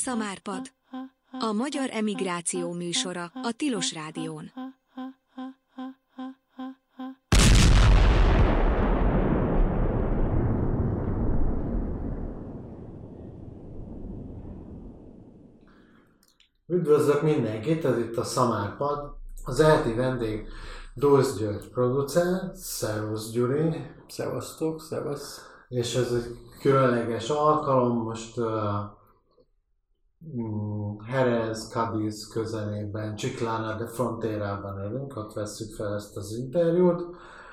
Szamárpad. A magyar emigráció műsora a Tilos Rádión. Üdvözlök mindenkit, ez itt a Szamárpad. Az eheti vendég Dulsz György producer. Szervusz Gyuri. Szevasztok, szevasz. És ez egy különleges alkalom, most Jerez, Cádiz közelében, Chiclana de Fronterában élünk, ott vesszük fel ezt az interjút.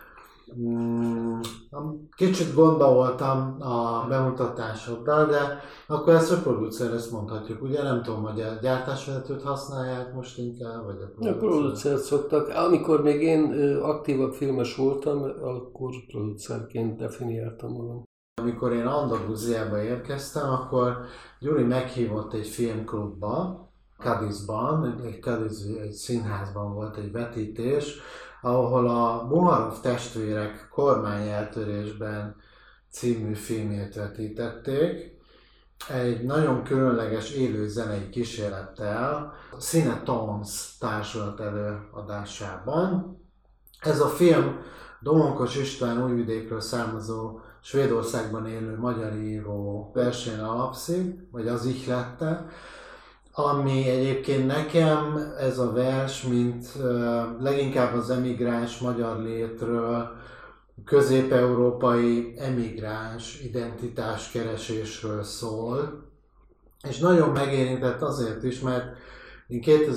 Kicsit gondba voltam a bemutatásoddal, de akkor ezt a producer, ezt mondhatjuk, ugye? Nem tudom, hogy a gyártásvezetőt használják most inkább, vagy a producert szoktak. Amikor még én aktívabb filmes voltam, akkor producerként definiáltam magam. Amikor én Andalúziába érkeztem, akkor Gyuri meghívott egy filmklubba, Cadizban, egy színházban volt egy vetítés, ahol a Buharov testvérek Kormányeltörésben című filmét vetítették. Egy nagyon különleges élő zenei kísérlettel, Cinetons társulat előadásában. Ez a film Domonkos István Újvidékről származó, Svédországban élő magyar író versén alapszik, vagy az ihlette, ami egyébként nekem ez a vers, mint leginkább az emigráns magyar létről, közép-európai emigráns identitáskeresésről szól. És nagyon megérintett azért is, mert én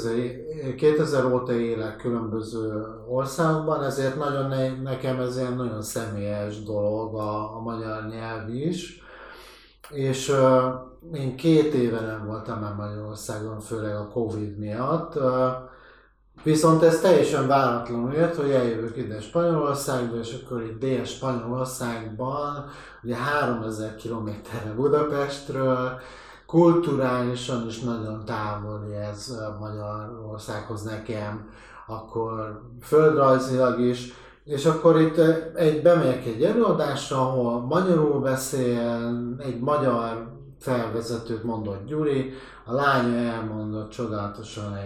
2000 óta élek különböző országokban, ezért nekem ez ilyen nagyon személyes dolog a magyar nyelv is. És én 2 éve nem voltam már Magyarországon, főleg a Covid miatt. Viszont ez teljesen váratlanul jött, hogy eljövök ide Spanyolországba, és akkor itt Dél-Spanyolországban, ugye 3000 kilométerre Budapestről, kulturálisan is nagyon távoli ez Magyarországhoz nekem, akkor földrajzilag is. És akkor itt bemegyek egy előadásra, ahol magyarul beszél, egy magyar felvezetőt mondott Gyuri, a lánya elmondott csodálatosan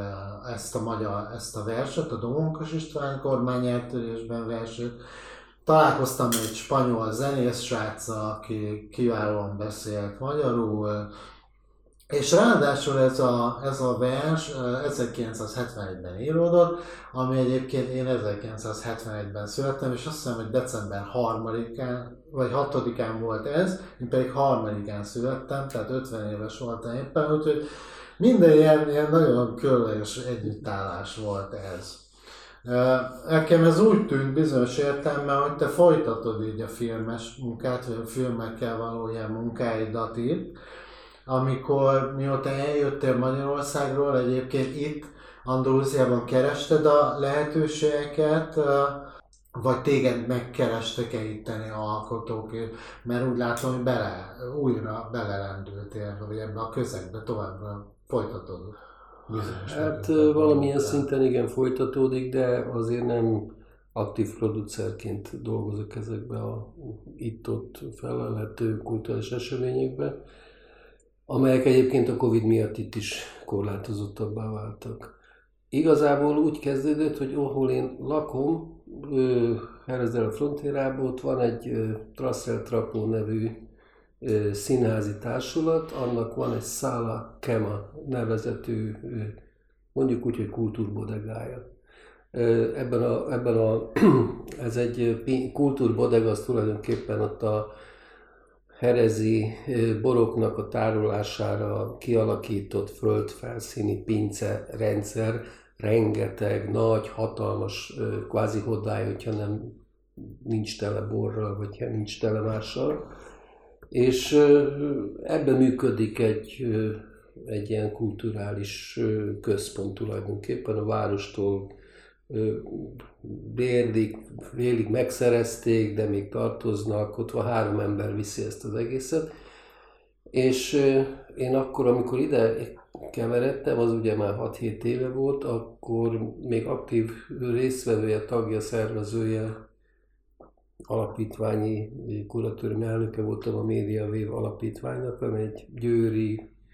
ezt a verset, a Domonkos István Kormányeltörésben versét. Találkoztam egy spanyol zenész sráccal, aki kiválóan beszélt magyarul, és ráadásul ez a vers 1971-ben íródott, ami egyébként én 1971-ben születtem, és azt hiszem, hogy december 3-án vagy 6-án volt ez, én pedig 3-án születtem, tehát 50 éves voltam éppen, úgyhogy minden ilyen nagyon különleges együttállás volt ez. Nekem ez úgy tűnt bizonyos értelemben, hogy te folytatod így a filmes munkát, vagy a filmekkel való ilyen munkáidat itt, amikor mióta eljöttél Magyarországról, egyébként itt Andalúziában kerested a lehetőségeket, vagy téged megkerestek-e itteni alkotók, mert úgy látom, hogy újra belerendültél, vagy ebbe a közegbe továbbra folytatod. Hát valamilyen szinten igen folytatódik, de azért nem aktív producerként dolgozok ezekbe a itt-ott felelhető kulturális eseményekbe, amelyek egyébként a Covid miatt itt is korlátozottabbá váltak. Igazából úgy kezdődött, hogy ahol én lakom, Jerez de la Fronterában, ott van egy Traszel Trapo nevű színházi társulat, annak van egy Sala Kema nevezetű, mondjuk úgy, hogy kultúrbodegája. Ez egy kultúrbodega, az tulajdonképpen ott a jerezi boroknak a tárolására kialakított földfelszíni pince rendszer, rengeteg nagy, hatalmas kvázi hodály, hogyha nincs tele borral, vagy nincs tele mással. És ebben működik egy ilyen kulturális központ tulajdonképpen, a várostól félig megszerezték, de még tartoznak, ott van 3 ember viszi ezt az egészet. És én akkor, amikor ide keveredtem, az ugye már 6-7 éve volt, akkor még aktív résztvevője, tagja, szervezője, alapítványi kuratőri elnöke voltam a Média Wave alapítványnak, ami egy győri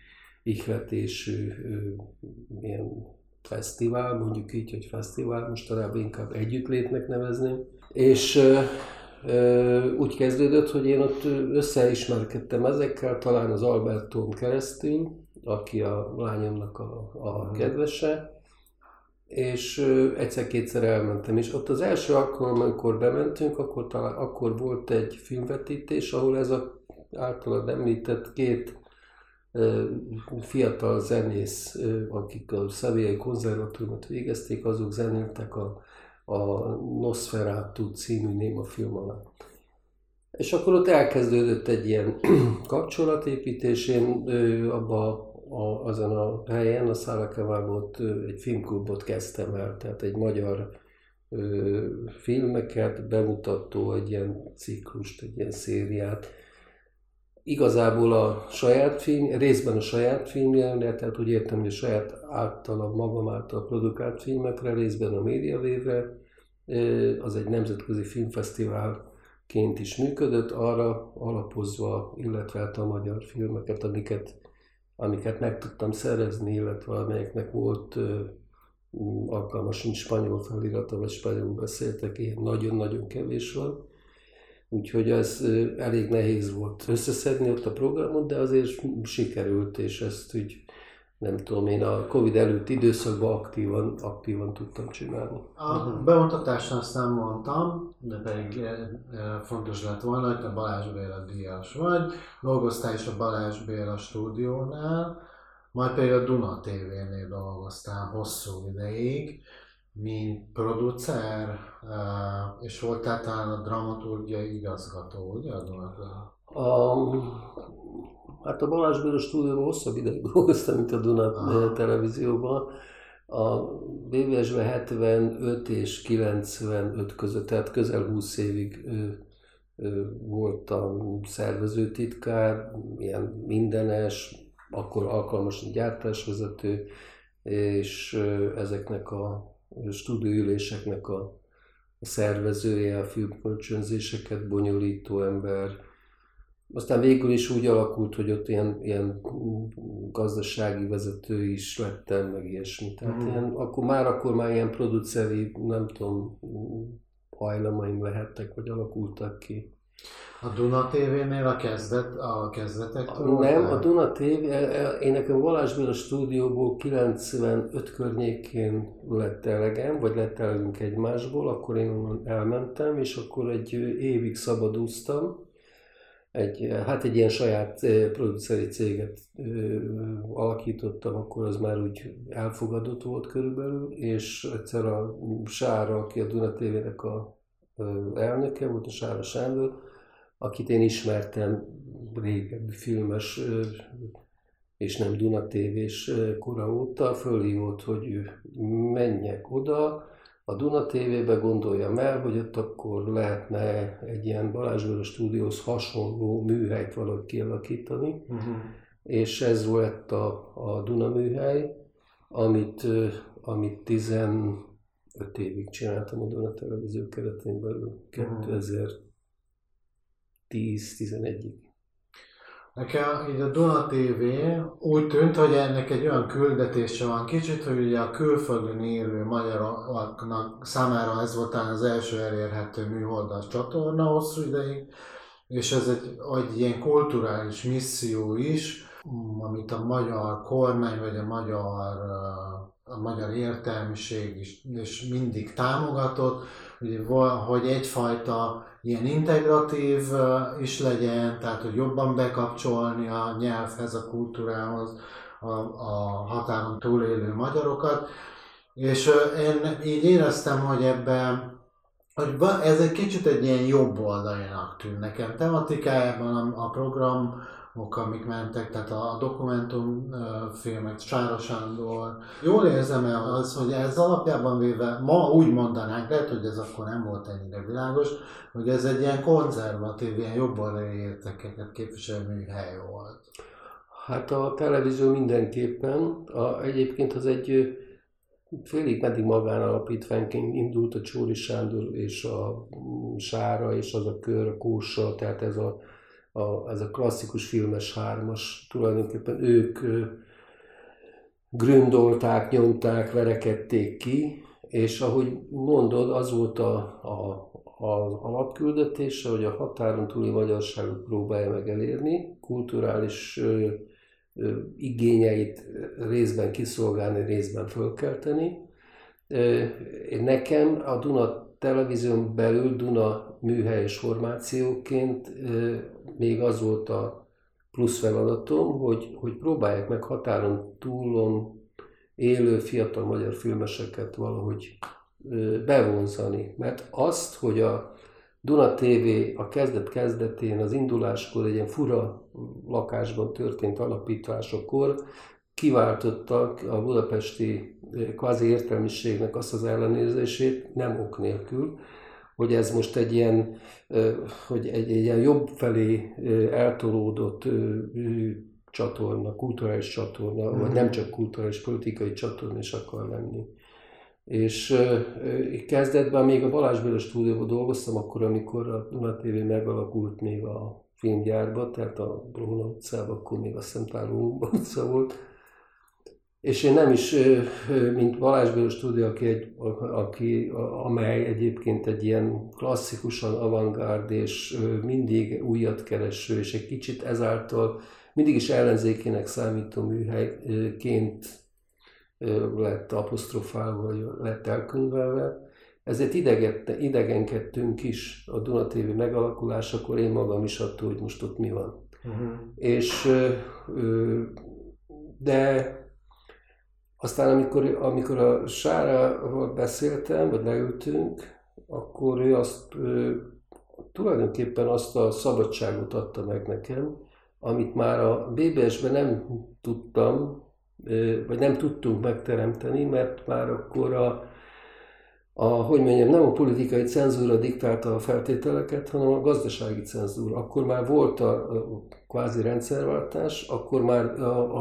ihletésű ilyen fesztivál, mondjuk így, hogy fesztivál, mostanában inkább együttlétnek nevezném. És úgy kezdődött, hogy én ott összeismerkedtem ezekkel, talán az Albertón keresztül, aki a lányomnak a kedvese, és egyszer-kétszer elmentem, és ott az első alkalommal, amikor bementünk, akkor volt egy filmvetítés, ahol ez az általad említett két fiatal zenész, akik a Sevillai konzervatóriumot végezték, azok zenéltek a Nosferatu című némafilm alatt. És akkor ott elkezdődött egy ilyen kapcsolatépítés, én azon a helyen, a Szálakevában egy filmklubot kezdtem el, tehát egy magyar filmeket bemutató, egy ilyen ciklust, egy ilyen szériát. Igazából a saját film, részben a saját filmje, tehát úgy értem, hogy a saját magam által produkált filmekre, részben a Médiavévre, az egy nemzetközi filmfesztiválként is működött, arra alapozva, illetve a magyar filmeket, amiket meg tudtam szerezni, illetve amelyeknek volt alkalmas, mint spanyol felirata, vagy spanyolul beszéltek, ilyen nagyon-nagyon kevés van. Úgyhogy ez elég nehéz volt összeszedni ott a programot, de azért sikerült, és ezt úgy, nem tudom, én a Covid előtti időszakban aktívan tudtam csinálni. A bemutatásnál azt nem mondtam, de pedig fontos lett volna, hogy te Balázs Béla díjas vagy, dolgoztál is a Balázs Béla stúdiónál, majd pedig a Duna TV-nél dolgoztál hosszú ideig, mint producer, és voltál talán a dramaturgiai igazgató, ugye a Dunától? Hát a Balázs Béla stúdióban hosszabb ideig dolgoztam, mint a Duna televízióban. A BVS-ben 75 és 95 között, tehát közel 20 évig voltam szervezőtitkár, ilyen mindenes, akkor alkalmas gyártásvezető, és ezeknek a stúdióüléseknek a szervezője, a filmkölcsönzéseket bonyolító ember. Aztán végül is úgy alakult, hogy ott ilyen gazdasági vezető is lettem, meg ilyesmi. Tehát akkor már ilyen produceri, nem tudom, hajlamaim lehettek, vagy alakultak ki. A Duna TV-nél a kezdetektől? Nem, a Duna TV, én nekem Balázs Béla stúdióból 95 környékén lett elegem, vagy lett elegünk egymásból, akkor én elmentem, és akkor egy évig szabadúztam. Egy ilyen saját produceri céget alakítottam, akkor az már úgy elfogadott volt körülbelül, és egyszer a Sára, aki a Duna TV-nek a elnöke volt, a Sára Sándor, akit én ismertem régebbi filmes és nem Duna TV-s kora óta, fölhívott, hogy menjek oda, a Duna TV-be gondoljam el, hogy ott akkor lehetne egy ilyen Balázs Béla stúdióhoz hasonló műhelyt valahogy kialakítani, és ez volt a Duna műhely, amit 15 évig csináltam a Duna televízió keretén belül, 2010-11-ig. Nekem így a Duna TV úgy tűnt, hogy ennek egy olyan küldetése van kicsit, hogy ugye a külföldön élő magyaroknak számára ez volt talán az első elérhető műholdas csatorna hosszú ideig, és ez egy ilyen kulturális misszió is, amit a magyar kormány vagy a magyar értelmiség is mindig támogatott, hogy egyfajta ilyen integratív is legyen, tehát hogy jobban bekapcsolni a nyelvhez, a kultúrához a határon túlélő magyarokat. És én így éreztem, hogy ez egy kicsit egy ilyen jobb oldalinak tűn nekem. Tematikájában a programok, amik mentek, tehát a dokumentumfilmek, Sára Sándor. Jól érzem-e az, hogy ez alapjában véve, ma úgy mondanánk, lehet, hogy ez akkor nem volt ennyire világos, hogy ez egy ilyen konzervatív, ilyen jobboldali értékeket képviselő műhely volt. Hát a televízió mindenképpen. Egyébként az egy félig meddig magánalapítványként indult a Csóri Sándor és a Sára és az a kör, a Kósa, tehát ez a klasszikus filmes hármas, tulajdonképpen ők gründolták, nyomták, verekedték ki, és ahogy mondod, az volt az alapküldetése, hogy a határon túli magyarságot próbálja meg elérni, kulturális igényeit részben kiszolgálni, részben fölkelteni. Nekem a Duna Televízión belül Duna műhelyes formációként még az volt a plusz feladatom, hogy próbálják meg határon túlon élő fiatal magyar filmeseket valahogy bevonzani. Mert azt, hogy a Duna TV a kezdet-kezdetén, az induláskor egy ilyen fura lakásban történt alapításakor kiváltottak a budapesti kvázi értelmiségnek azt az ellenérzését, nem ok nélkül, hogy ez most egy ilyen jobb felé eltolódott csatorna, kulturális csatorna, vagy nem csak kulturális, politikai csatorna is akar lenni. És kezdetben még a Balázs Béla stúdióban dolgoztam, akkor, amikor a Duna TV megalakult még a filmgyárba, tehát a Bróna utcában, akkor még azt hiszem Táló utca volt. És én nem is, mint Balázs Béla stúdió, amely egyébként egy ilyen klasszikusan avantgárd és mindig újat kereső, és egy kicsit ezáltal mindig is ellenzékének számító műhelyként lett apostrofálva, vagy lett elkönyvelve. Ezért idegenkedtünk is a Duna TV megalakulásakor, én magam is attól, hogy most ott mi van. És, de aztán amikor a Sárával beszéltem, vagy leültünk, akkor ő tulajdonképpen azt a szabadságot adta meg nekem, amit már a BBS-ben nem tudtam, vagy nem tudtunk megteremteni, mert már akkor nem a politikai cenzúra diktálta a feltételeket, hanem a gazdasági cenzúra. Akkor már volt a kvázi rendszerváltás, akkor már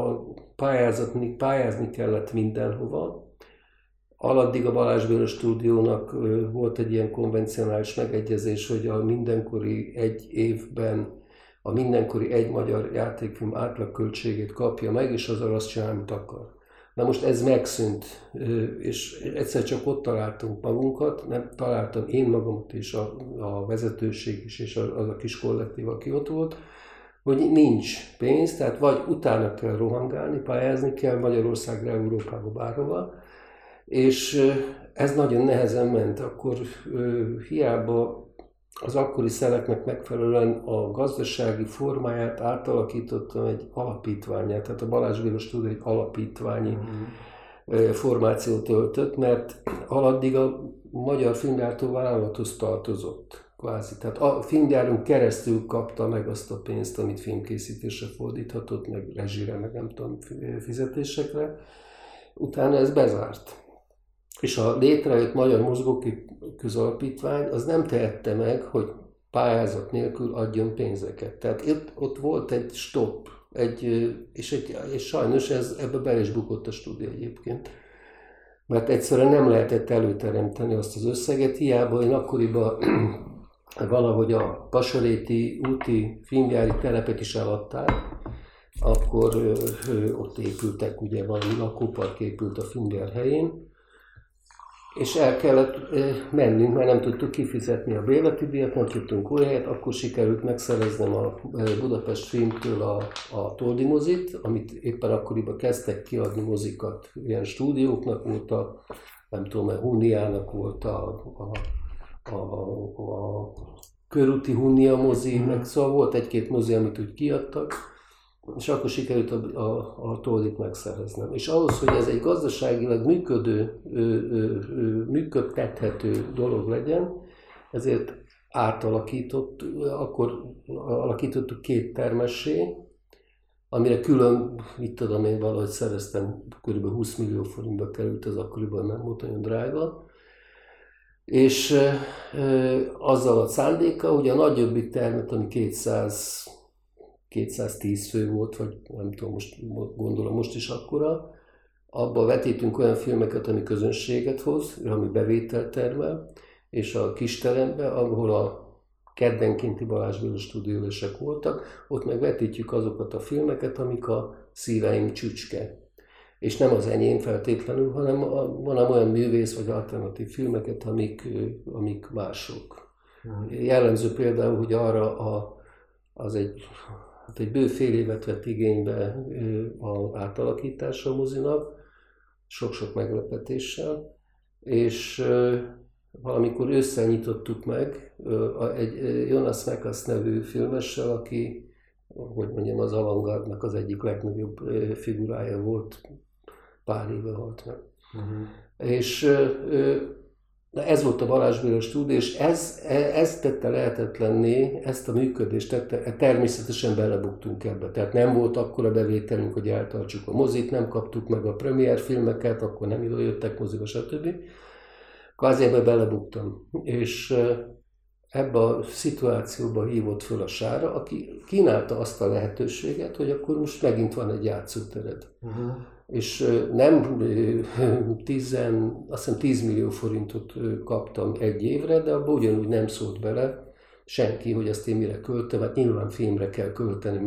pályázni kellett mindenhova. Aladdig a Balázs Béla stúdiónak volt egy ilyen konvencionális megegyezés, hogy a mindenkori egy évben a mindenkori egy magyar játékfilm átlagköltségét kapja meg, és azzal azt csinál, amit akar. Na most ez megszűnt, és egyszer csak ott találtunk magunkat, nem találtam én magamat és a vezetőség is, és az a kis kollektív, aki ott volt, hogy nincs pénz, tehát vagy utána kell rohangálni, pályázni kell Magyarországra, Európába, bárhova, és ez nagyon nehezen ment. Akkor hiába az akkori szeleknek megfelelően a gazdasági formáját átalakítottam egy alapítványát, tehát a Balázs Béla stúdió egy alapítványi formációt öltött, mert aladdig a Magyar Filmgyártó Vállalathoz tartozott, kvázi. Tehát a filmgyáron keresztül kapta meg azt a pénzt, amit filmkészítésre fordíthatott, meg rezsire, meg nem tudom, fizetésekre. Utána ez bezárt. És a létrejött Magyar Mozgókép Közalapítvány az nem tehette meg, hogy pályázat nélkül adjon pénzeket. Tehát ott volt egy stop, és sajnos ebbe bele is bukott a stúdió egyébként. Mert egyszerűen nem lehetett előteremteni azt az összeget, hiába én akkoriban valahogy a Pasaréti úti filmgyári telepet is eladták, akkor ott épültek, ugye valami lakópark épült a filmgyár helyén, és el kellett mennünk, mert nem tudtuk kifizetni a bérleti díjat, nem tudtunk új helyet, akkor sikerült megszereznem a Budapest Filmtől a Toldi mozit, amit éppen akkoriban kezdtek kiadni mozikat. Ilyen stúdióknak volt nem tudom, Hunniának volt a körúti Hunnia mozi, meg szóval volt egy-két mozi, amit úgy kiadtak, és akkor sikerült a Toldit megszereznem. És ahhoz, hogy ez egy gazdaságilag működtethető dolog legyen, ezért akkor alakítottuk 2 termessé, amire külön, mit tudom én, valahogy szereztem, kb. 20 millió forintba került, az akkoriban nem volt olyan drága. És azzal a szándéka, hogy a nagyobbik termet, ami 210 fő volt, vagy nem tudom, gondolom most is akkora, abba vetítünk olyan filmeket, ami közönséget hoz, ami bevételt termel, és a kis teremben, ahol a keddenkénti Balázs Béla stúdióülések voltak, ott meg vetítjük azokat a filmeket, amik a szíveim csücske. és nem az enyém feltétlenül, hanem van olyan művész vagy alternatív filmeket, amik mások. Jellemző például, hogy arra az egy bő fél évet vett igénybe az átalakítása a mozinak, sok-sok meglepetéssel, és valamikor ősszel nyitottuk meg egy Jonas Mekas nevű filmessel, aki, hogy mondjam, az avantgardnak az egyik legnagyobb figurája volt, pár éve halt meg. És ez volt a Balázs Béla stúdió, és ez tette lehetetlenné, ezt a működést tette, természetesen belebuktunk ebbe. Tehát nem volt akkora bevételünk, hogy eltartsuk a mozit, nem kaptuk meg a premier filmeket, akkor nem jöttek moziba, stb. Kvázi ebbe belebuktam. És ebbe a szituációba hívott föl a Sára, aki kínálta azt a lehetőséget, hogy akkor most megint van egy játszótered. És nem azt hiszem 10 millió forintot kaptam egy évre, de abban ugyanúgy nem szólt bele senki, hogy ezt én mire költöm. Hát nyilván filmre kell költeni,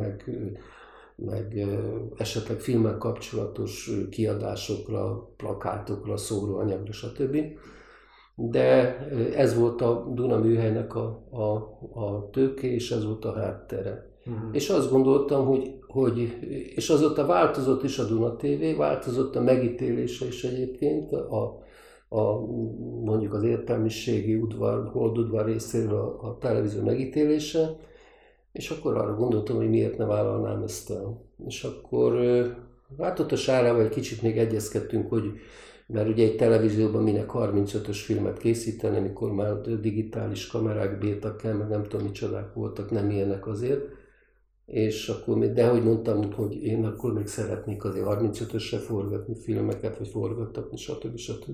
meg esetleg filmmel kapcsolatos kiadásokra, plakátokra, szóróanyagra, stb. De ez volt a Duna műhelynek a tőke, és ez volt a háttere. És azt gondoltam, hogy és azóta változott is a Duna TV, változott a megítélése is egyébként, mondjuk az értelmiségi udvar, holdudvar részéről a televízió megítélése, és akkor arra gondoltam, hogy miért ne vállalnám ezt el. És akkor hát ott a Sárával egy kicsit még egyezkedtünk, mert ugye egy televízióban minek 35-ös filmet készíteni, amikor már digitális kamerák bírtak el, meg nem tudom, micsodák voltak, nem ilyenek azért. És akkor még, de hogy mondtam, hogy én akkor még szeretnék azért 35-ösre forgatni filmeket, vagy forgattatni, stb.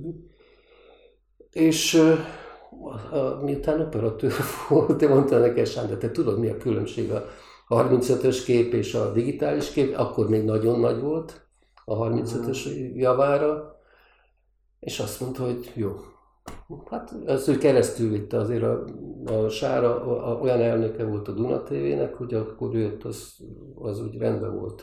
És miután operatőr volt, te mondta nekem, Sándor, te tudod, mi a különbség a 35-ös kép és a digitális kép? Akkor még nagyon nagy volt a 35-ös javára. És azt mondta, hogy jó. Hát az, hogy keresztül vitte azért a Sára, olyan elnöke volt a Duna TV-nek, hogy akkor jött, az úgy rendben volt.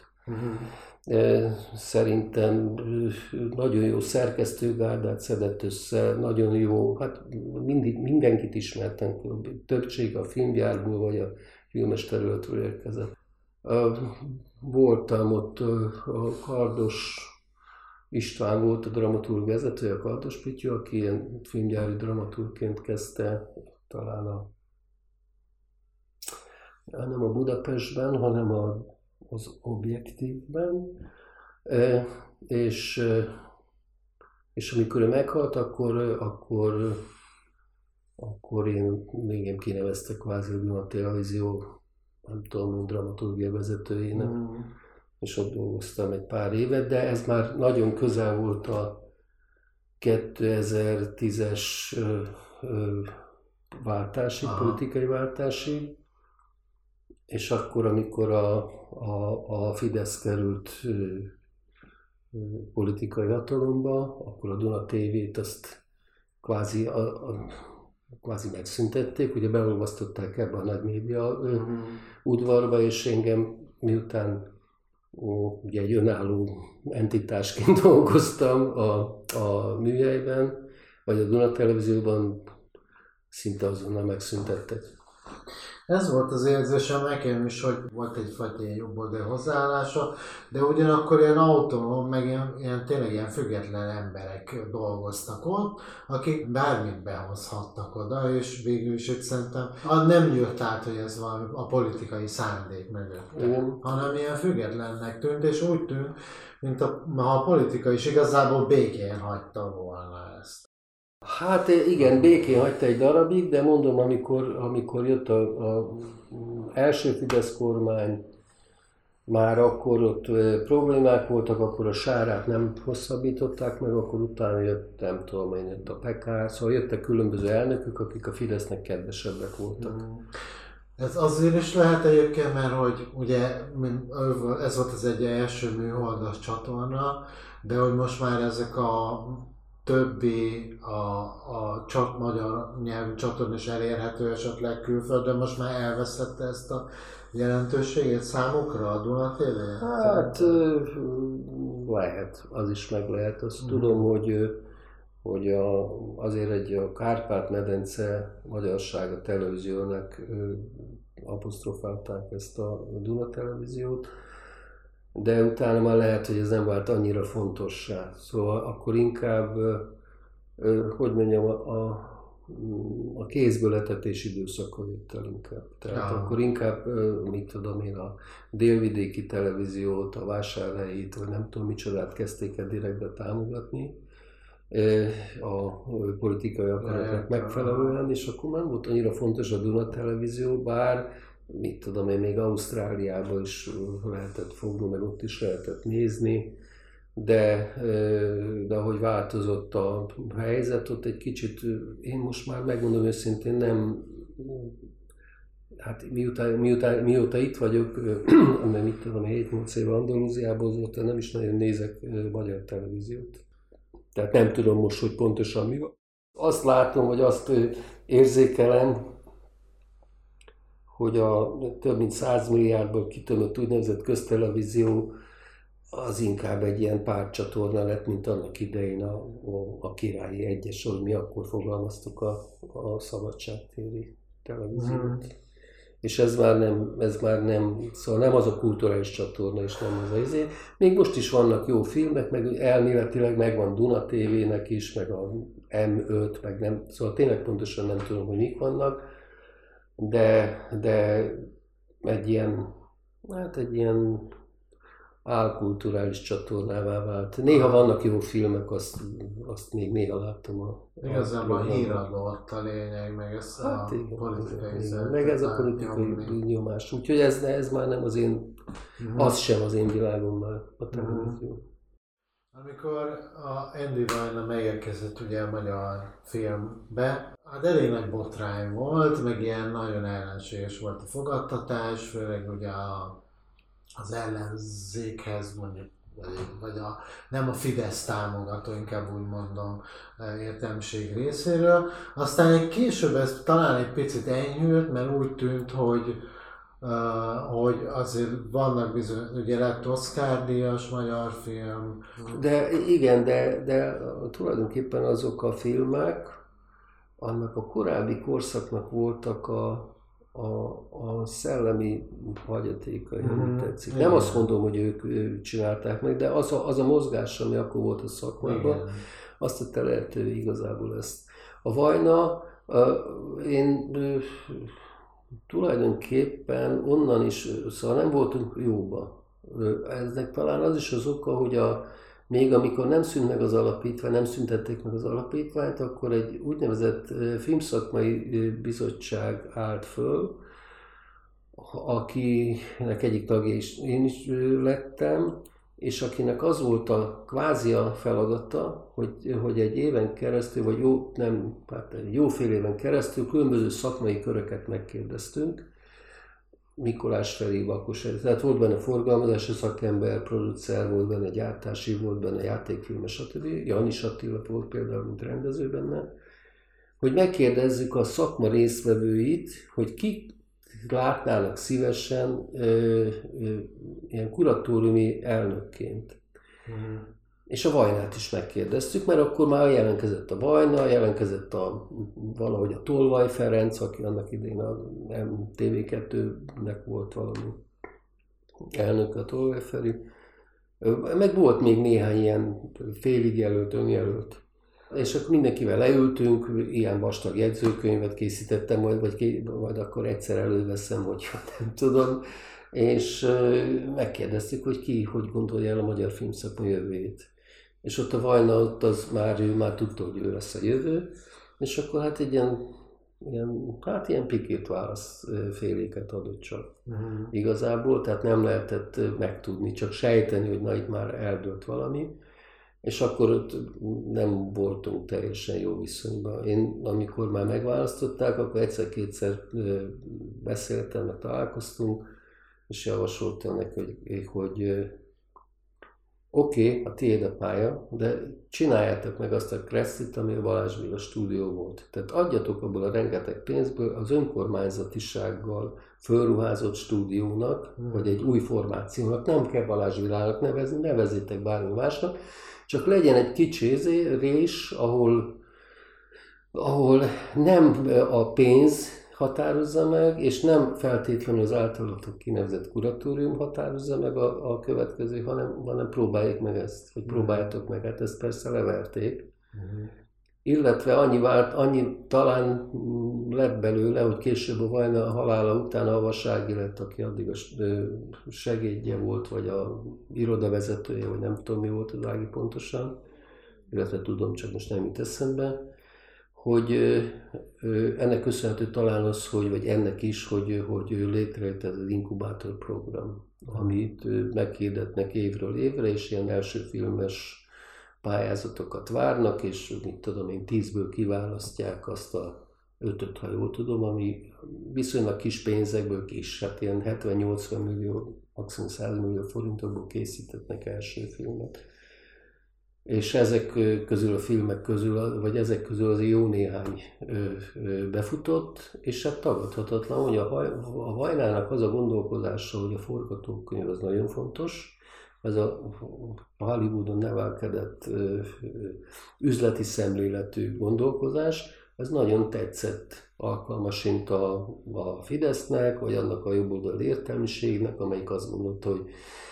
Szerintem nagyon jó szerkesztőgárdát szedett össze, nagyon jó, hát mindenkit ismertem, többség a filmgyárból vagy a filmes területről érkezett. Voltam ott, a Kardos István volt a dramaturg vezetője, a Kardos Pityu, aki ilyen filmgyári dramaturgként kezdte talán nem a Budapestben, hanem az Objektívben. És amikor ő meghalt, akkor én kineveztek kvázi a televízió, nem tudom, dramaturgia vezetőjének. És ott dolgoztam egy pár évet, de ez már nagyon közel volt a 2010-es politikai váltási, és akkor, amikor a Fidesz került politikai hatalomba, akkor a Duna TV-t azt kvázi megszüntették, ugye beolvasztották ebbe a nagy média udvarba, és engem miután ugye egy önálló entitásként dolgoztam a műhelyben, vagy a Duna Televízióban, szinte azonnal megszüntettek. Ez volt az érzésem nekem is, hogy volt egyfajta ilyen jobboldali hozzáállása, de ugyanakkor ilyen autonóm, meg tényleg ilyen független emberek dolgoztak ott, akik bármit behozhattak oda, és végül is szerintem nem jött át, hogy ez valami a politikai szándék mögött, hanem ilyen függetlennek tűnt, és úgy tűnt, mintha a politika is igazából békén hagyta volna ezt. Hát igen, békén hagyta egy darabig, de mondom, amikor jött az első Fidesz kormány, már akkor ott problémák voltak, akkor a Sárát nem hosszabbították meg, akkor utána jött, nem tudom én, jött a Pekár, szóval jöttek különböző elnökök, akik a Fidesznek kedvesebbek voltak. Ez azért is lehet egyébként, mert hogy ugye ez volt az egy első műholdas csatorna, de hogy most már ezek a többi csak magyar nyelvű csatorna is elérhető esetleg külföldön, most már elveszette ezt a jelentőségét számukra a Duna TV? Hát lehet, az is meg lehet. Azt tudom, hogy azért a Kárpát-medence magyarsága televíziónak apostrofálták ezt a Duna televíziót, de utána már lehet, hogy ez nem vált annyira fontossá. Szóval akkor inkább, hogy mondjam, a kézből etetés időszaka jött el inkább. Tehát akkor inkább, mit tudom én, a délvidéki televíziót, a Vásárhelyit, vagy nem tudom micsodát kezdték el direktbe támogatni a politikai akaratnak megfelelően, és akkor nem volt annyira fontos a Duna televízió, bár mit tudom én, még Ausztráliában is lehetett fogni, meg ott is lehetett nézni, de ahogy változott a helyzet, ott egy kicsit, én most már megmondom őszintén, nem, hát mióta itt vagyok, mert mit tudom, 7-8 éve Andalúziában, azóta nem is nagyon nézek magyar televíziót. Tehát nem tudom most, hogy pontosan mi van. Azt látom, vagy azt érzékelem, hogy a több mint 100 milliárdból kitömött úgynevezett köztelevízió az inkább egy ilyen pártcsatorna lett, mint annak idején a Királyi Egyes, ahogy mi akkor fogalmaztuk a szabadságtéri televíziót. És ez már nem, szóval nem az a kulturális csatorna, és nem az a izé. Még most is vannak jó filmek, meg elméletileg megvan Duna TV-nek is, meg a M5, meg nem, szóval tényleg pontosan nem tudom, hogy mik vannak, de egy ilyen álkulturális csatornává vált. Néha vannak jó filmek, azt még néha láttam igazából a híradó a lényeg, meg ez hát a igen, politikai igen. Meg ez a politikai nyomás. Úgyhogy ez már nem az én, az sem az én világom már a televízió. Amikor a Andy Vajna megérkezett ugye a magyar filmbe, hát elég nagy botrány volt, meg ilyen nagyon ellenséges volt a fogadtatás, főleg ugye az ellenzékhez mondjuk, vagy nem a Fidesz támogató, inkább úgy mondom, értelmiség részéről. Aztán egy később ez talán egy picit enyhült, mert úgy tűnt, hogy azért vannak bizony, ugye lett Oscar-díjas magyar film. De igen, de tulajdonképpen azok a filmek, annak a korábbi korszaknak voltak a szellemi hagyatékai, amit tetszik. Nem azt mondom, hogy ők csinálták meg, de az a mozgás, ami akkor volt a szakmában, azt tette lehetővé igazából ezt. A Vajna, én tulajdonképpen onnan is, szóval nem voltunk jóba. Eznek talán az is az oka, hogy még amikor nem szűnt meg az alapítvány, nem szüntették meg az alapítványt, akkor egy úgynevezett filmszakmai bizottság állt föl, akinek egyik tagja is én is lettem, és akinek az volt a kvázi a feladata, hogy egy éven keresztül, vagy jó fél éven keresztül különböző szakmai köröket megkérdeztünk, Mikolás Feri, Bakos Eri. Tehát volt benne forgalmazási szakember, producer, volt benne gyártási, volt benne játékfilmes, stb. Janis Attila volt például, mint rendező benne. Hogy megkérdezzük a szakma résztvevőit, hogy kik látnának szívesen ilyen kuratóriumi elnökként. És a Vajnát is megkérdeztük, mert akkor már jelentkezett a Vajna, jelentkezett valahogy a Tolvaj Ferenc, aki annak idején a TV2-nek volt valami elnök, a Tolvaj Feri. Meg volt még néhány ilyen félig jelölt, önjelölt. És akkor mindenkivel leültünk, ilyen vastag jegyzőkönyvet készítettem, majd akkor egyszer előveszem, hogy nem tudom. És megkérdeztük, hogy ki hogy gondolja el a magyar filmszakma jövőjét. És ott a Vajna, ő már tudta, hogy ő lesz a jövő, és akkor hát egy ilyen pikét válaszféléket adott csak igazából, tehát nem lehetett megtudni, csak sejteni, hogy na itt már eldőlt valami, és akkor ott nem voltunk teljesen jó viszonyban. Én, amikor már megválasztották, akkor egyszer-kétszer beszéltem, meg találkoztunk, és javasoltam neki, hogy Oké, a tiéd a pálya, de csináljátok meg azt a Cressit, ami a Balázs Béla stúdió volt. Tehát adjatok abból a rengeteg pénzből az önkormányzatisággal fölruházott stúdiónak, vagy egy új formációnak, nem kell Balázs Bélának nevezni, nevezzétek bármi másnak, csak legyen egy kicsi rés, ahol nem a pénz határozza meg, és nem feltétlenül az általatok kinevezett kuratórium határozza meg a következő, hanem próbáljuk meg ezt, vagy próbáljátok meg, hát ezt persze leverték. Illetve annyi talán lett belőle, hogy később a Vajna halála után a Vasági lett, aki addig a segédje volt, vagy a irodavezetője, vagy nem tudom mi volt az Ági pontosan, illetve tudom, csak most nem jut eszembe, hogy ennek köszönhető talán az, vagy ennek is, hogy létrejött ez az inkubátor program, amit meghirdetnek évről évre, és ilyen első filmes pályázatokat várnak, és mit tudom én, 10-ből kiválasztják azt a 5-öt, ha jól tudom, ami viszonylag kis pénzekből hát ilyen 70-80 millió, maximum 100 millió forintokból készítetnek első filmet. És ezek közül a filmek közül, vagy ezek közül az jó néhány befutott, és hát tagadhatatlan, hogy a Vajnának az a gondolkodása, hogy a forgatókönyv az nagyon fontos, ez a Hollywoodon nevelkedett üzleti szemléletű gondolkozás, ez nagyon tetszett alkalmasint a Fidesznek, vagy annak a jobboldali értelmiségnek, amelyik azt gondolta, hogy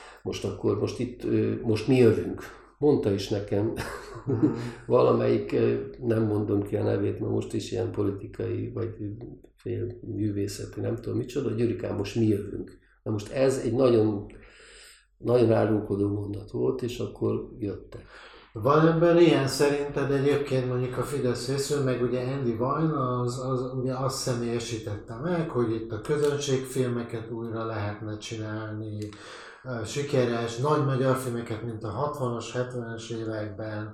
most mi jövünk. Mondta is nekem valamelyik, nem mondom ki a nevét, mert most is ilyen politikai, vagy művészeti, nem tudom micsoda, Gyurikám, most mi jövünk. Na most ez egy nagyon, nagyon árulkodó mondat volt, és akkor jöttek. Van ebben ilyen szerinted egyébként mondjuk a Fidesz részről, meg ugye Andy Vajna ugye azt személyesítette meg, hogy itt a közönségfilmeket újra lehetne csinálni, sikeres, nagy magyar filmeket, mint a 60-as, 70-es években,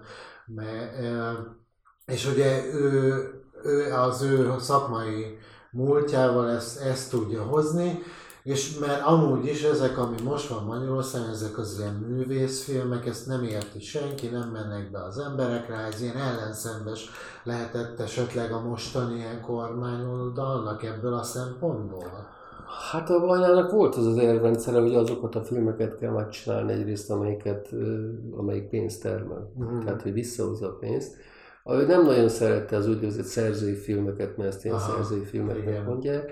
és ugye ő az ő szakmai múltjával ezt tudja hozni, és mert amúgy is ezek, ami most van Magyarországon, ezek az ilyen művészfilmek, ezt nem érti senki, nem mennek be az emberekre, ez ilyen ellenszembes lehetett esetleg a mostani ilyen kormányoldalnak ebből a szempontból? Hát a Vajnának volt az érvrendszere, hogy azokat a filmeket kell megcsinálni egyrészt, amelyik pénzt termel. Tehát, hogy visszahozza a pénzt. Ő nem nagyon szerette az úgynevezett szerzői filmeket, mert ezt ilyen szerzői filmeknek mondják.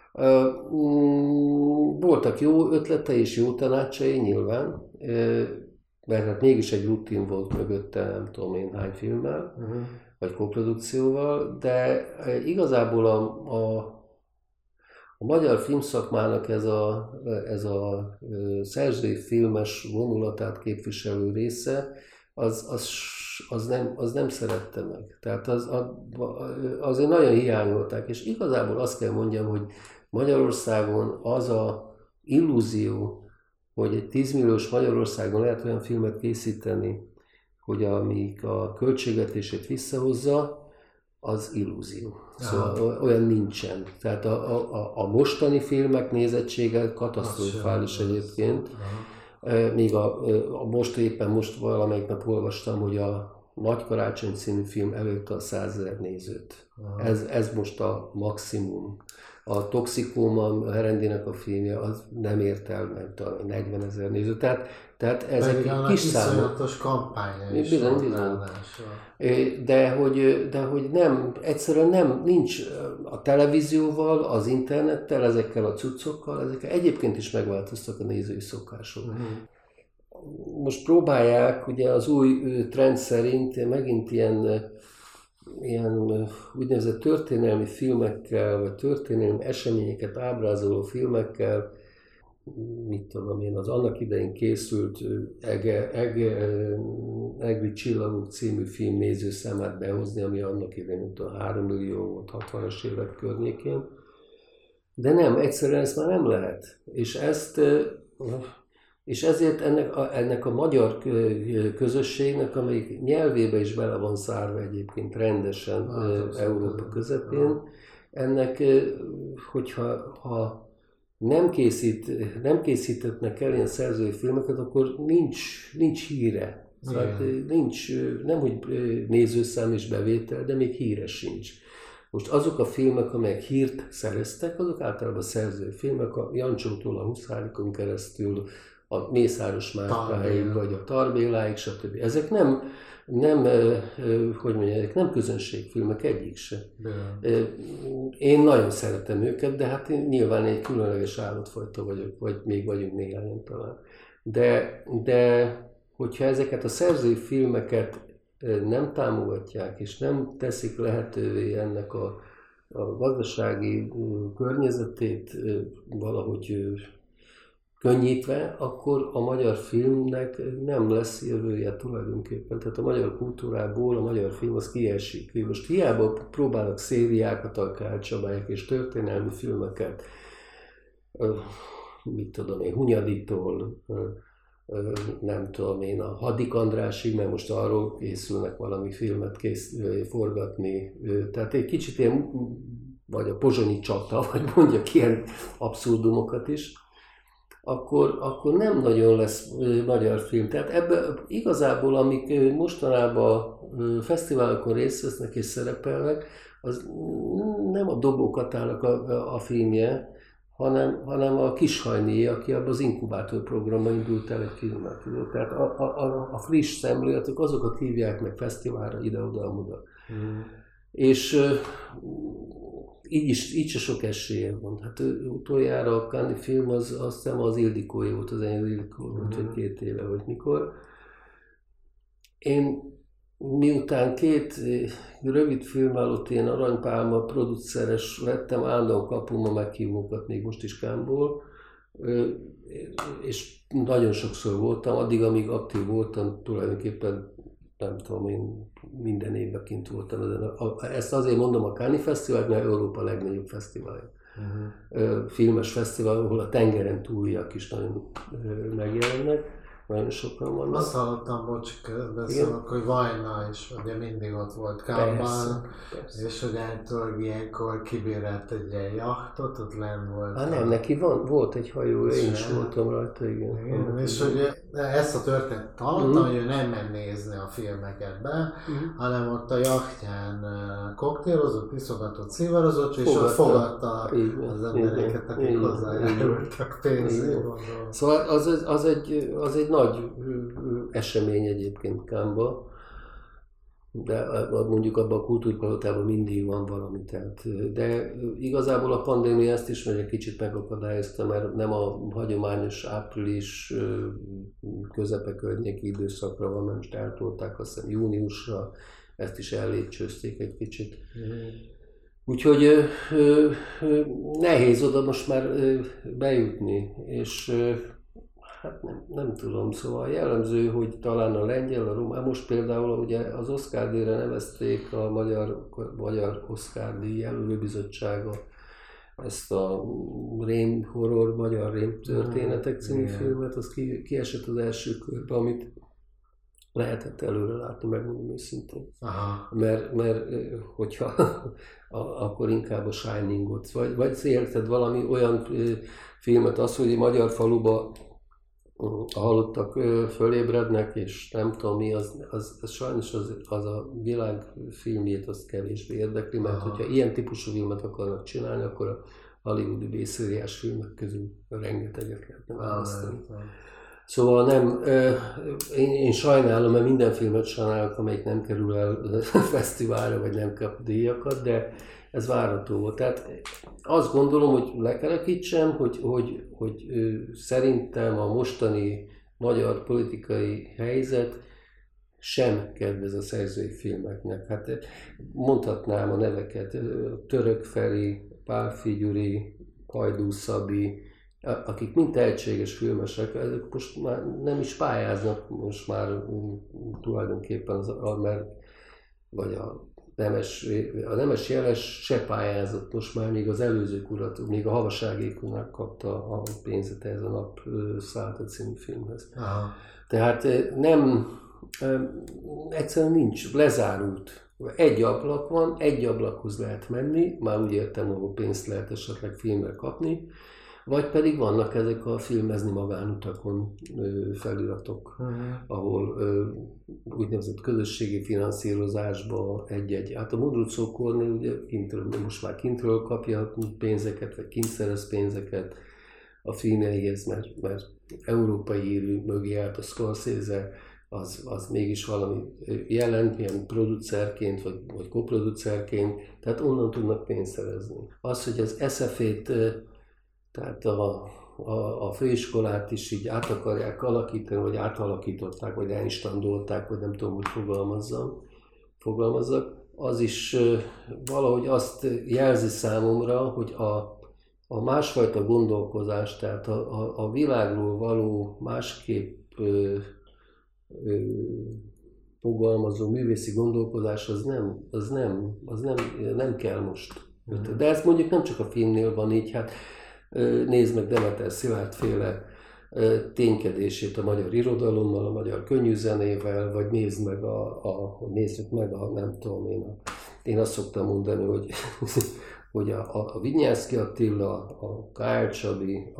Voltak jó ötletei és jó tanácsai nyilván, mert hát mégis egy rutin volt mögötte, nem tudom én hány filmmel, vagy koprodukcióval, de igazából a magyar filmszakmának ez a szerzői filmes vonulatát képviselő része, az nem szerette meg. Tehát azért nagyon hiányolták, és igazából azt kell mondjam, hogy Magyarországon az a illúzió, hogy egy 10 milliós Magyarországon lehet olyan filmet készíteni, hogy amíg a költségvetését visszahozza, az illúzió. Szóval olyan nincsen. Tehát a mostani filmek nézettsége katasztrofális egyébként. Még most valamelyik nap olvastam, hogy a Nagy Karácsony című film elérte a 100 000 nézőt. Ez most a maximum. A Toxikóma, a Herendének a filmje, az nem ért el, nem tudom, 40 000 nézőt. Tehát ezek kis számok. Iszonyatos kampánya is. Bizony. De hogy nem, egyszerűen nincs a televízióval, az internettel, ezekkel a cuccokkal, ezekkel egyébként is megváltoztak a nézői szokások. Most próbálják ugye az új trend szerint megint ilyen úgynevezett történelmi filmekkel, vagy történelmi eseményeket ábrázoló filmekkel, mit tudom én, az annak idején készült Egri Csillagok című film nézőszámát behozni, ami annak idején 3 millió volt 60-as évek környékén. De nem, egyszerűen ezt már nem lehet. És ezért ennek a magyar közösségnek, amelyik nyelvébe is bele van szárva egyébként rendesen Európa közepén, ennek, hogyha nem készítetnek el ilyen szerzői filmeket, akkor nincs híre. Szóval nem hogy nézőszám és bevétel, de még híre sincs. Most azok a filmek, amelyek hírt szereztek, azok általában szerzői filmek, a Jancsótól a Huszárikon keresztül, a Mészáros Márkáig, vagy a Tarbéláig, stb. Ezek nem közönségfilmek, egyik se. Én nagyon szeretem őket, de nyilván egy különleges állatfajta vagyok, vagy még vagyunk néhányan talán. De hogyha ezeket a szerzői filmeket nem támogatják, és nem teszik lehetővé ennek a gazdasági környezetét valahogy könnyítve, akkor a magyar filmnek nem lesz jövője tulajdonképpen. Tehát a magyar kultúrából a magyar film az kiesik. Most hiába próbálnak szériákat elcsabálják és történelmi filmeket, mit tudom én, Hunyaditól, nem tudom én, a Hadik Andrásig, mert most arról készülnek valami filmet forgatni. Tehát egy kicsit ilyen, vagy a Pozsonyi csata, vagy mondjak ilyen abszurdumokat is, akkor nem nagyon lesz magyar film. Tehát ebben igazából, amik mostanában fesztiválokon részt vesznek és szerepelnek, az nem a Dobókatának a filmje, hanem a Kishajné, aki abban az inkubátor programban indult el egy filmet. Tehát a friss szemléletek, azokat hívják meg fesztiválra, ide-oda-oda. És így se sok esélye van. Hát utoljára a Cannes film azt hiszem az Ildikóé volt, az enyém Ildikó volt, vagy 2 éve, vagy mikor. Én miután 2 rövid film előtt ilyen Aranypálma produceres lettem, állandóan kapom a meghívókat még most is Cannesból, és nagyon sokszor voltam, addig, amíg aktív voltam, tulajdonképpen nem tudom, én minden évben kint voltam. Ezt azért mondom a Cannes Fesztivál, mert Európa legnagyobb fesztiválja. Filmes fesztivál, ahol a tengeren túliak is nagyon megjelennek. Nagyon sokan vannak. Azt hallottam, beszélnek, hogy Vajna is ugye mindig ott volt Cannesban, és hogy általában ilyenkor kibérelt egy ilyen jachtot, ott lenn volt. Nem, neki volt egy hajó, én is voltam rajta, igen. És hogy ezt a történetet hallottam, hogy ő nem ment nézni a filmeket be, hanem ott a jachtján koktélozott, iszogatott, szívarozott, és ott fogadta az embereket, akik hozzájárultak pénzét. Szóval az egy nagy esemény egyébként Cannesban, de mondjuk abban a kultúrpalotában mindig van valami. De igazából a pandémia ezt is egy kicsit megakadályozta, mert nem a hagyományos április közepe környéki időszakra van, mert most eltolták azt hiszem júniusra, ezt is ellépcsőzték egy kicsit. Úgyhogy nehéz oda most már bejutni, és hát nem tudom, szóval jellemző, hogy talán a lengyel, a román, most például ugye az Oscar-díjra nevezték a magyar Oscar-díj jelölőbizottsága ezt a horror, magyar rém történetek című filmet, az kiesett az első körbe, amit lehetett előre látni, megmondom őszintén. Mert hogyha akkor inkább a Shiningot, vagy érted valami olyan filmet, az, hogy egy magyar faluba a halottak fölébrednek, és nem tudom mi, az sajnos az a világ filmjét azt kevésbé érdekli, mert hogyha ilyen típusú filmet akarnak csinálni, akkor a hollywoodi B-szériás filmek közül rengeteget lehetne választani. Szóval nem, én sajnálom, mert minden filmet sajnálok, amelyik nem kerül el fesztiválra, vagy nem kap díjakat, de ez várható volt. Tehát azt gondolom, hogy lekerekítsem, hogy szerintem a mostani magyar politikai helyzet sem kedvez a szerzői filmeknek. Hát mondhatnám a neveket, Török Feri, Pálffy Gyuri, Hajdú Szabi, akik mind tehetséges filmesek, ezek most már nem is pályáznak, most már tulajdonképpen vagy a Nemes Jeles se pályázott most már, még az előző kurat, még a Havaságékonak kapta a pénzet ez a Nap Szállta című filmhez. Tehát egyszerűen nincs, lezárult. Egy ablak van, egy ablakhoz lehet menni, már úgy értem, ahol pénzt lehet esetleg filmre kapni, Vagy pedig vannak ezek a filmezni magánutakon feliratok, ahol úgynevezett közösségi finanszírozásba egy-egy, hát a Mudruczó Kornél ugye most már kintről kapja pénzeket, vagy kint szerez pénzeket a filmjeihez, mert európai élő mögé állt a Scorsese, az mégis valami jelent, milyen producerként, vagy koproducerként, tehát onnan tudnak pénzt szerezni. Az, hogy az SF-ét, tehát a főiskolát is így át akarják alakítani, vagy átalakították, vagy elinstandolták, vagy nem tudom, hogy fogalmazzak, az is valahogy azt jelzi számomra, hogy a másfajta gondolkozás, tehát a világról való másképp fogalmazó művészi gondolkodás az nem kell most. De ez mondjuk nem csak a filmnél van így, hát nézd meg Demeter Szilárd féle ténykedését a magyar irodalommal, a magyar könnyűzenével, vagy nézzük meg nem tudom én azt szoktam mondani, hogy a Vinyánszky Attila, a K.L. Csabi,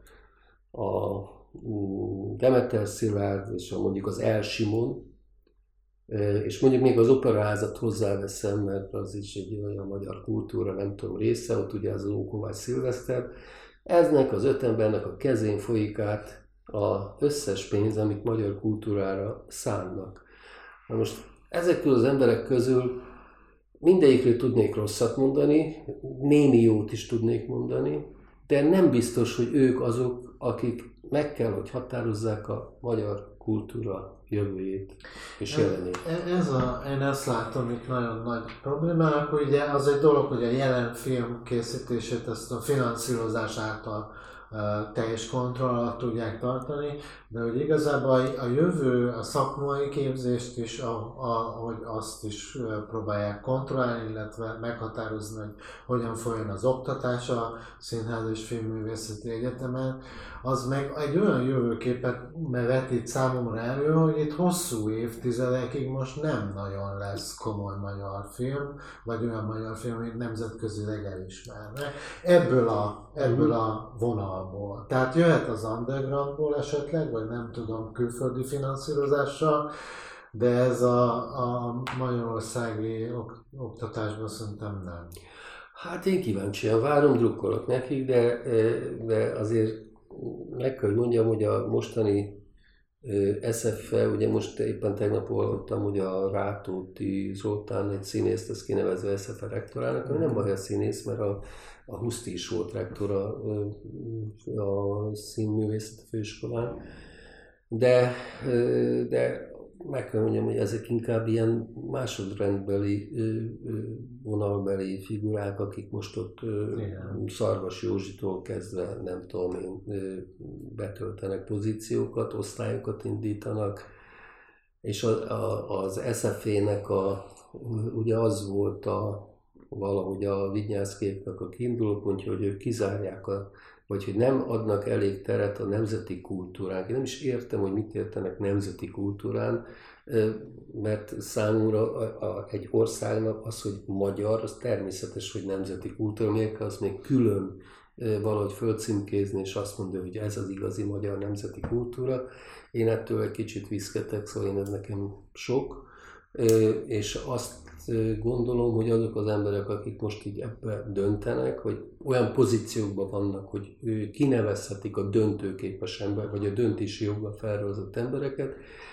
a Demeter Szilárd, és mondjuk az El Simon, és mondjuk még az Operaházat hozzáveszem, mert az is egy olyan magyar kultúra, nem tudom, része, ott ugye az Ókovács Szilveszter. Eznek az 5 embernek a kezén folyik át az összes pénz, amit magyar kultúrára szánnak. Na most ezek az emberek közül mindegyikről tudnék rosszat mondani, némi jót is tudnék mondani, de nem biztos, hogy ők azok, akik meg kell, hogy határozzák a magyar kultúra jövőjét és jelenét. Én ezt látom itt nagyon nagy problémának, ugye az egy dolog, hogy a jelen film készítését ezt a finanszírozás által teljes kontroll alatt tudják tartani, de hogy igazából a jövő, a szakmai képzést is, ahogy azt is próbálják kontrollálni, illetve meghatározni, hogy hogyan folyjon az oktatás a Színház és Filmművészeti Egyetemen, az meg egy olyan jövőképet vetít számomra elő, hogy itt hosszú évtizedekig most nem nagyon lesz komoly magyar film, vagy olyan magyar film, amit nemzetközileg elismernek. Ebből a vonalból. Tehát jöhet az undergroundból esetleg, vagy nem tudom, külföldi finanszírozással, de ez a magyarországi oktatásban szerintem nem. Hát én kíváncsian várom, drukkolok nekik, de azért meg kell mondjam, hogy a mostani SF-fel, ugye most éppen tegnap hallottam, hogy a Rátóti Zoltán egy színészt, ezt kinevezve SF rektorának, ami nem baj a színész, mert a Huszti is volt rektora a Színművészeti Főiskolán, de meg kell mondjam, hogy ezek inkább ilyen másodrendbeli, vonalbeli figurák, akik most ott Szarvas Józsitól kezdve, nem tudom én, betöltenek pozíciókat, osztályokat indítanak, és az SF-nek ugye az volt valahogy a Vinyánszkyéknak a kiindulópontja, hogy ők kizárják vagy hogy nem adnak elég teret a nemzeti kultúránk. Én nem is értem, hogy mit értenek nemzeti kultúrán, mert számomra egy országnak az, hogy magyar, az természetes, hogy nemzeti kultúra, miért az még külön valahogy fölcímkézni, és azt mondja, hogy ez az igazi magyar nemzeti kultúra. Én ettől egy kicsit viszketek, szóval ez nekem sok, és azt gondolom, hogy azok az emberek, akik most így ebbe döntenek, hogy olyan pozíciókban vannak, hogy kinevezhetik a döntőképes ember, vagy a döntési joggal felruházott embereket,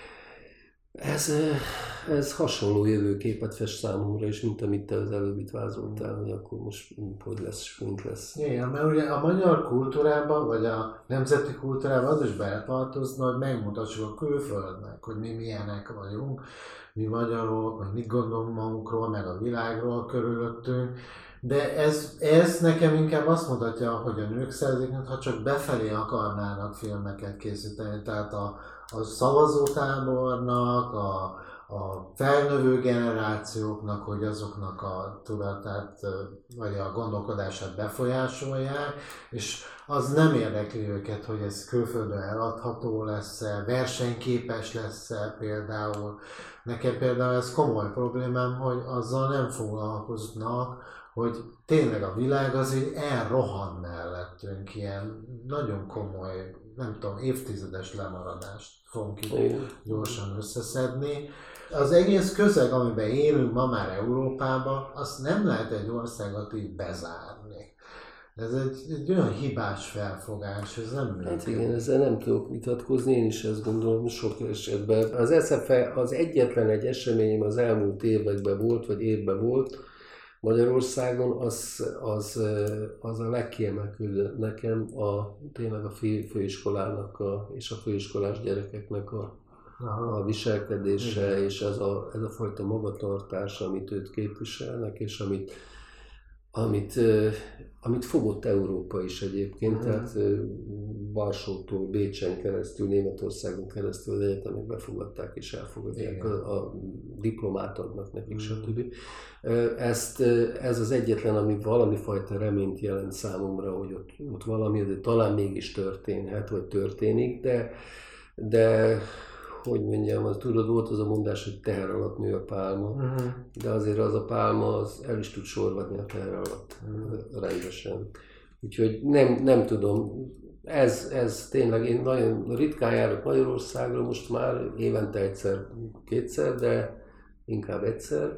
ez hasonló jövőképet fest számomra is, mint amit te az előbb itt vázoltál, hogy akkor most hogy lesz, mint lesz. Igen, mert ugye a magyar kultúrában, vagy a nemzeti kultúrában az is beletartozna, hogy megmutassuk a külföldnek, hogy mi milyenek vagyunk, mi magyarok, vagy mit gondolunk magunkról, meg a világról körülöttünk. De ez nekem inkább azt mutatja, hogy a nők szerzik, ha csak befelé akarnának filmeket készíteni. Tehát a szavazótábornak, a felnövő generációknak, hogy azoknak a tudatát, vagy a gondolkodását befolyásolják, és az nem érdekli őket, hogy ez külföldön eladható lesz-e, versenyképes lesz-e például. Nekem például ez komoly problémám, hogy azzal nem foglalkoznak, hogy tényleg a világ az így elrohan mellettünk, ilyen nagyon komoly, nem tudom, évtizedes lemaradást fogunk itt gyorsan összeszedni. Az egész közeg, amiben élünk ma már Európában, azt nem lehet egy országot így bezárni. Ez egy olyan hibás felfogás, ez nem működik. Hát igen, ezzel nem tudok vitatkozni, én is ezt gondolom sok esetben. Az SFE az egyetlen egy eseményem az elmúlt években volt, vagy évben volt Magyarországon, az a legkiemelkedőbb nekem tényleg a főiskolának és a főiskolás gyerekeknek a viselkedése, igen. És ez a fajta magatartás, amit őt képviselnek, és amit fogott Európa is egyébként, tehát Varsótól Bécsen keresztül, Németországon keresztül az egyetemek befogadták és elfogadják, a diplomát adnak nekik, stb. Ez az egyetlen, ami valami fajta reményt jelent számomra, hogy ott valami, de talán mégis történhet, vagy történik, de hogy mondjam, tudod, volt az a mondás, hogy teher alatt nő a pálma, de azért az a pálma az el is tud sorvadni a teher alatt rendesen. Úgyhogy nem tudom, ez tényleg, én nagyon ritkán járok Magyarországra, most már évente egyszer-kétszer, de inkább egyszer,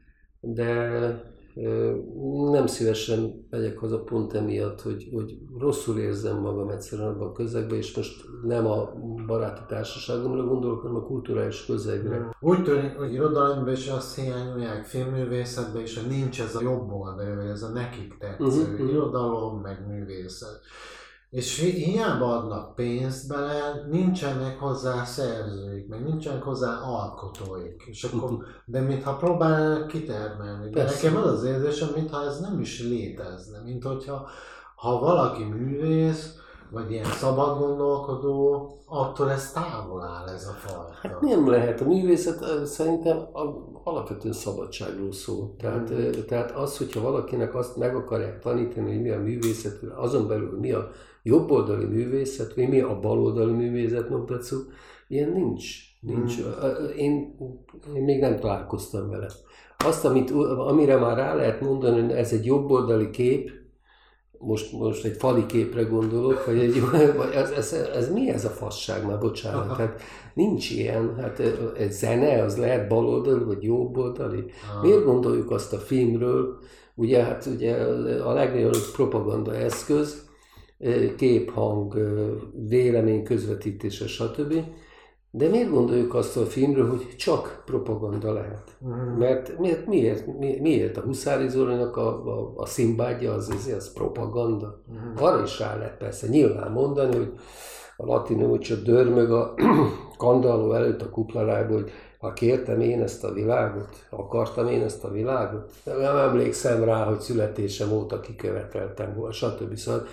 de nem szívesen megyek haza pont emiatt, hogy rosszul érzem magam egyszerűen abban a közegben, és most nem a baráti társaságomra gondolok, hanem a kulturális közegre. Úgy tűnik, hogy irodalomban is azt hiányolják, filmművészetben is, hogy nincs ez a jobb oldal, vagy ez a nekik tetsző irodalom, meg művészet. És hiába adnak pénzt bele, nincsenek hozzá szerzőik, meg nincsenek hozzá alkotóik. És akkor, de mintha próbálnak kitermelni. De nekem az érzésem, mintha ez nem is létezne. Mint hogyha valaki művész, vagy ilyen szabad gondolkodó, attól ez távol áll ez a fajta. Hát nem lehet. A művészet szerintem alapvetően szabadságról szól. Tehát az, hogyha valakinek azt meg akarják tanítani, hogy mi a művészet, azon belül mi a jobboldali művészet, vagy mi a baloldali művészet, ilyen nincs. Én még nem találkoztam vele. Azt, amire már rá lehet mondani, hogy ez egy jobboldali kép, most egy fali képre gondolok, vagy ez mi ez a fasság már, bocsánat, tehát nincs ilyen, hát egy zene, az lehet baloldali, vagy jobboldali. Miért gondoljuk azt a filmről, ugye a legnagyobb propaganda eszköz, kép, hang, vélemény közvetítése, stb. De miért gondoljuk azt a filmről, hogy csak propaganda lehet? Mert miért? A Huszári Zolinak a Szimbádja az propaganda? Arra is rá lehet persze nyilván mondani, hogy a Latinócsa dörmög a kandalló előtt a kuplarából, hogy ha kértem én ezt a világot, akartam én ezt a világot, nem emlékszem rá, hogy születésem óta kiköveteltem volna, stb. Szóval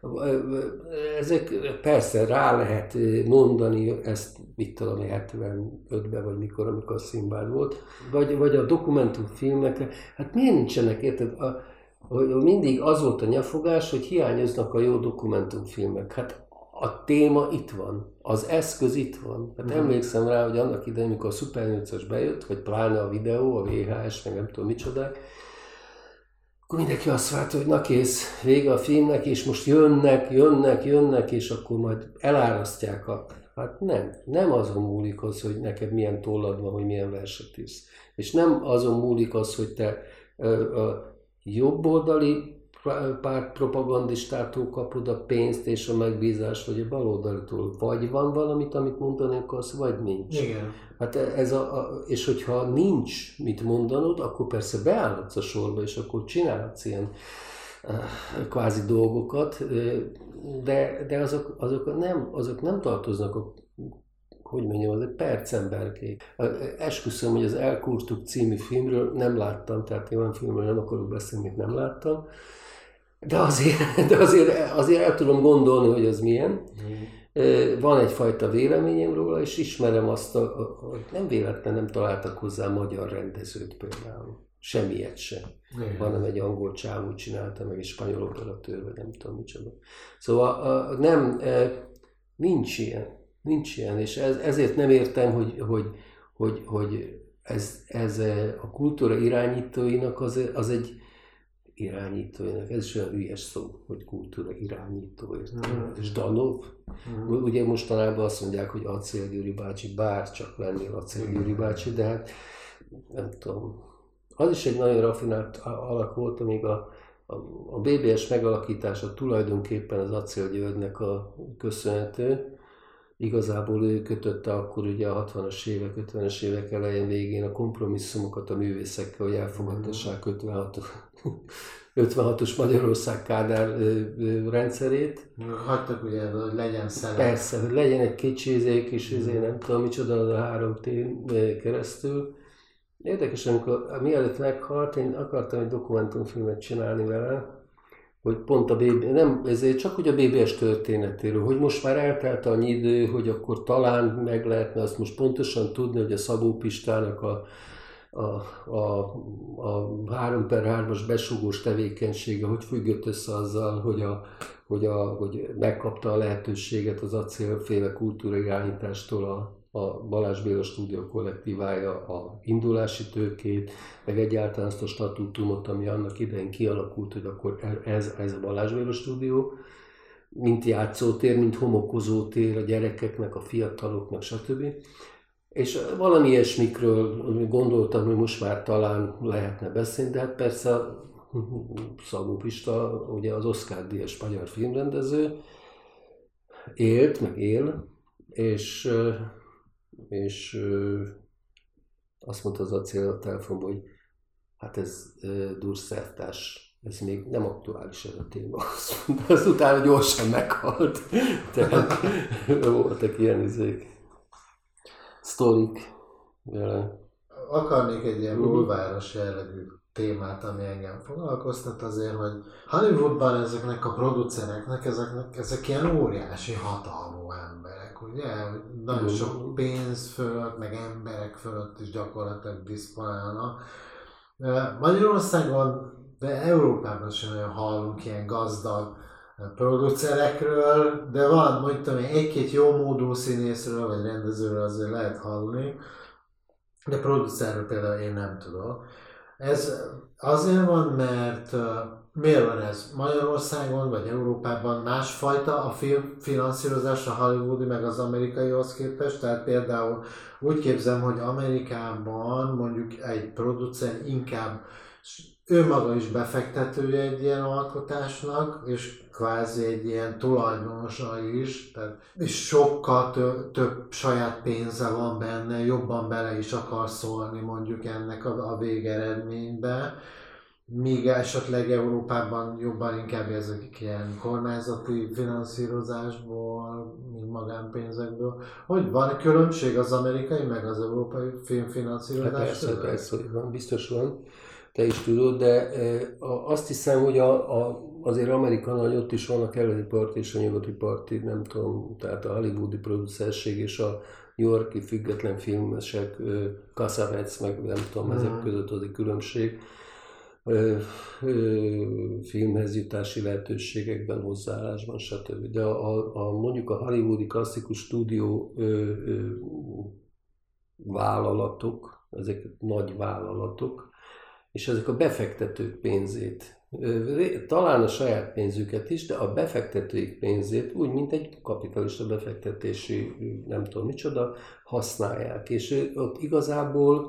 ezek persze rá lehet mondani ezt, mit tudom, 75-ben vagy amikor a Szimbád volt, vagy a dokumentumfilmekre, hát miért nincsenek, érted? Mindig az volt a nyafogás, hogy hiányoznak a jó dokumentumfilmek. Hát a téma itt van, az eszköz itt van. Hát emlékszem rá, hogy annak idején, amikor a Super 8-as bejött, vagy pláne a videó, a VHS, meg nem tudom micsodák, akkor mindenki azt várta, hogy na kész, vége a filmnek, és most jönnek, és akkor majd elárasztják Hát nem azon múlik az, hogy neked milyen tollad van, hogy milyen verset írsz. És nem azon múlik az, hogy te jobboldali párt propagandistától kapod a pénzt és a megbízást, vagy a baloldalitól. Vagy van valamit, amit mondani akarsz, vagy nincs. Igen. Hát és hogyha nincs mit mondanod, akkor persze beállhatsz a sorba, és akkor csinálhatsz ilyen kvázi dolgokat, de azok nem tartoznak hogy mondjam, az egy percemberkék. Esküszöm, hogy az Elkurtuk című filmről nem láttam, tehát én olyan filmről nem akarok beszélni, amit nem láttam, de azért el tudom gondolni, hogy az milyen. Van egyfajta véleményem róla, és ismerem azt, hogy nem véletlen nem találtak hozzá magyar rendezőt például. Semmilyet sem. Hanem egy angol csávó csinálta, meg egy spanyol operatőr, vagy nem tudom micsoda. Szóval nincs ilyen, és ezért nem értem, hogy ez a kultúra irányítóinak az egy irányítójának, ez is olyan ügyes szó, hogy kultúra irányító, Zdanov. Ugye mostanában azt mondják, hogy Acél Gyuri bácsi, bár csak lennél Acél Gyuri bácsi, de hát nem tudom. Az is egy nagyon raffinált alak volt, amíg a BBS megalakítása tulajdonképpen az Acél Györgynek a köszönhető. Igazából ő kötötte akkor ugye a 60-as évek, 50-es évek elején, végén a kompromisszumokat a művészekkel, hogy elfogadtassák 56-os Magyarország Kádár rendszerét. Hagytak ugye, hogy legyen szelet. Persze, hogy legyen egy kis nem tudom micsoda, az a 3T keresztül. Érdekes, amikor mielőtt meghalt, én akartam egy dokumentumfilmet csinálni vele, hogy pont ezért csak úgy a BBS történetéről, hogy most már eltelt annyi idő, hogy akkor talán meg lehetne azt most pontosan tudni, hogy a Szabó Pistának a 3x3-as besugós tevékenysége hogy függött össze azzal, hogy megkapta a lehetőséget az acélféle kultúrairányítástól a Balázs Béla Stúdió kollektívája a indulási tőkét, meg egyáltalán azt a statútumot, ami annak idején kialakult, hogy akkor ez a Balázs Béla Stúdió, mint játszótér, mint homokozótér a gyerekeknek, a fiataloknak, stb. És valami ilyesmikről gondoltam, hogy most már talán lehetne beszélni, de hát persze Szabó Pista, ugye az Oscar-díjas magyar filmrendező, élt, meg él, és azt mondta az Acél a telefonban, hogy hát ez Durszertás, ez még nem aktuális ez a téma. Azután gyorsan meghalt. Tehát voltak ilyen sztorik vele. Akarnék egy ilyen bulváros jellegű témát, ami engem foglalkoztat azért, hogy Hollywoodban ezeknek a producereknek, ezek ilyen óriási hatalmú emberek, ugye? Nagyon sok pénz fölött, meg emberek fölött is gyakorlatilag diszponálnak. Magyarországon, de Európában sem nagyon hallunk ilyen gazdag producerekről, de van, mondtam, egy-két jó módú színészről, vagy rendezőről azért lehet hallani, de producerről például én nem tudok. Ez azért van, mert miért van ez? Magyarországon vagy Európában másfajta a filmfinanszírozás a hollywoodi meg az amerikaihoz képest, tehát például úgy képzelem, hogy Amerikában mondjuk egy producer inkább ő maga is befektetője egy ilyen alkotásnak, és kvázi egy ilyen tulajdonosa is, és sokkal több saját pénze van benne, jobban bele is akar szólni mondjuk ennek a végeredménybe, míg esetleg Európában jobban inkább ezek ilyen kormányzati finanszírozásból, mint magánpénzekből. Hogy van különbség az amerikai meg az európai filmfinanszírozás? Hát persze, hogy van, biztos van. Te is tudod, de azt hiszem, hogy azért Amerikában ott is vannak keleti part és a nyugati parti, nem tudom, tehát a hollywoodi producerség és a New York-i független filmesek, Cassavetes, meg nem tudom, ezek között az a különbség. Filmhez jutási lehetőségekben, hozzáállásban, stb. De mondjuk a hollywoodi klasszikus stúdió vállalatok, ezek nagy vállalatok, és ezek a befektetők pénzét, talán a saját pénzüket is, de a befektetőik pénzét úgy, mint egy kapitalista befektetési, nem tudom micsoda, használják. És ott igazából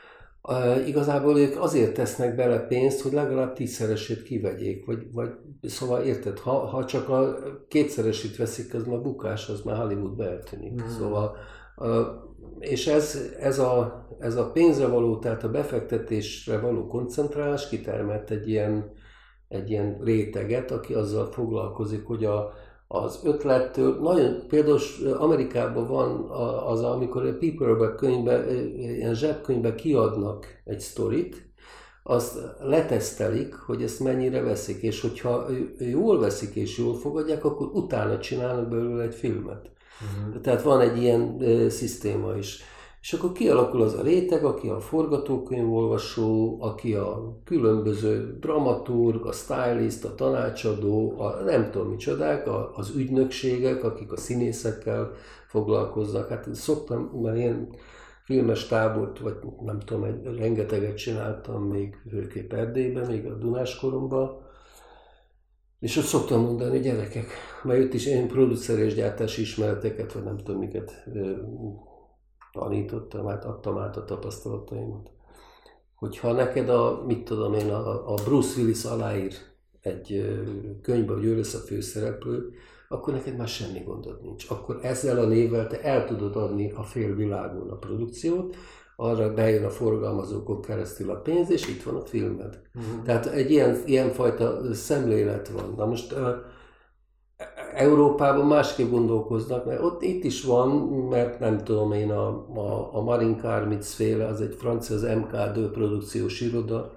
ők azért tesznek bele pénzt, hogy legalább 10-szeresét kivegyék, vagy szóval érted, ha csak a 2-szeresét veszik, az már bukás, az már Hollywoodba eltűnik. Szóval, és ez a pénzre való, tehát a befektetésre való koncentrálás kitermelt egy ilyen réteget, aki azzal foglalkozik, hogy az ötlettől, nagyon például Amerikában van amikor a paperback könyvben, ilyen zsebkönyvben kiadnak egy sztorit, azt letesztelik, hogy ezt mennyire veszik, és hogyha jól veszik és jól fogadják, akkor utána csinálnak belőle egy filmet. Tehát van egy ilyen szisztéma is. És akkor kialakul az a réteg, aki a forgatókönyvolvasó, aki a különböző dramaturg, a stylist, a tanácsadó, a nem tudom micsodák, az ügynökségek, akik a színészekkel foglalkoznak. Hát szoktam, mert ilyen filmes tábort, vagy nem tudom, rengeteget csináltam még főképp Erdélyben, még a Dunás koromban. És ott szoktam mondani, gyerekek, mert itt is én producer és gyártási ismereteket, vagy nem tudom miket tanítottam, adtam át a tapasztalataimat. Hogyha neked mit tudom én, a Bruce Willis aláír egy könyvbe, hogy ő lesz a főszereplő, akkor neked már semmi gondod nincs. Akkor ezzel a névvel te el tudod adni a fél világon a produkciót, arra bejön a forgalmazókon keresztül a pénz, és itt van a filmed. Tehát egy ilyenfajta szemlélet van. Na most Európában másképp gondolkoznak, mert itt is van, mert nem tudom én, a Marin Karmitz féle, az egy francia, az MK2 produkciós iroda,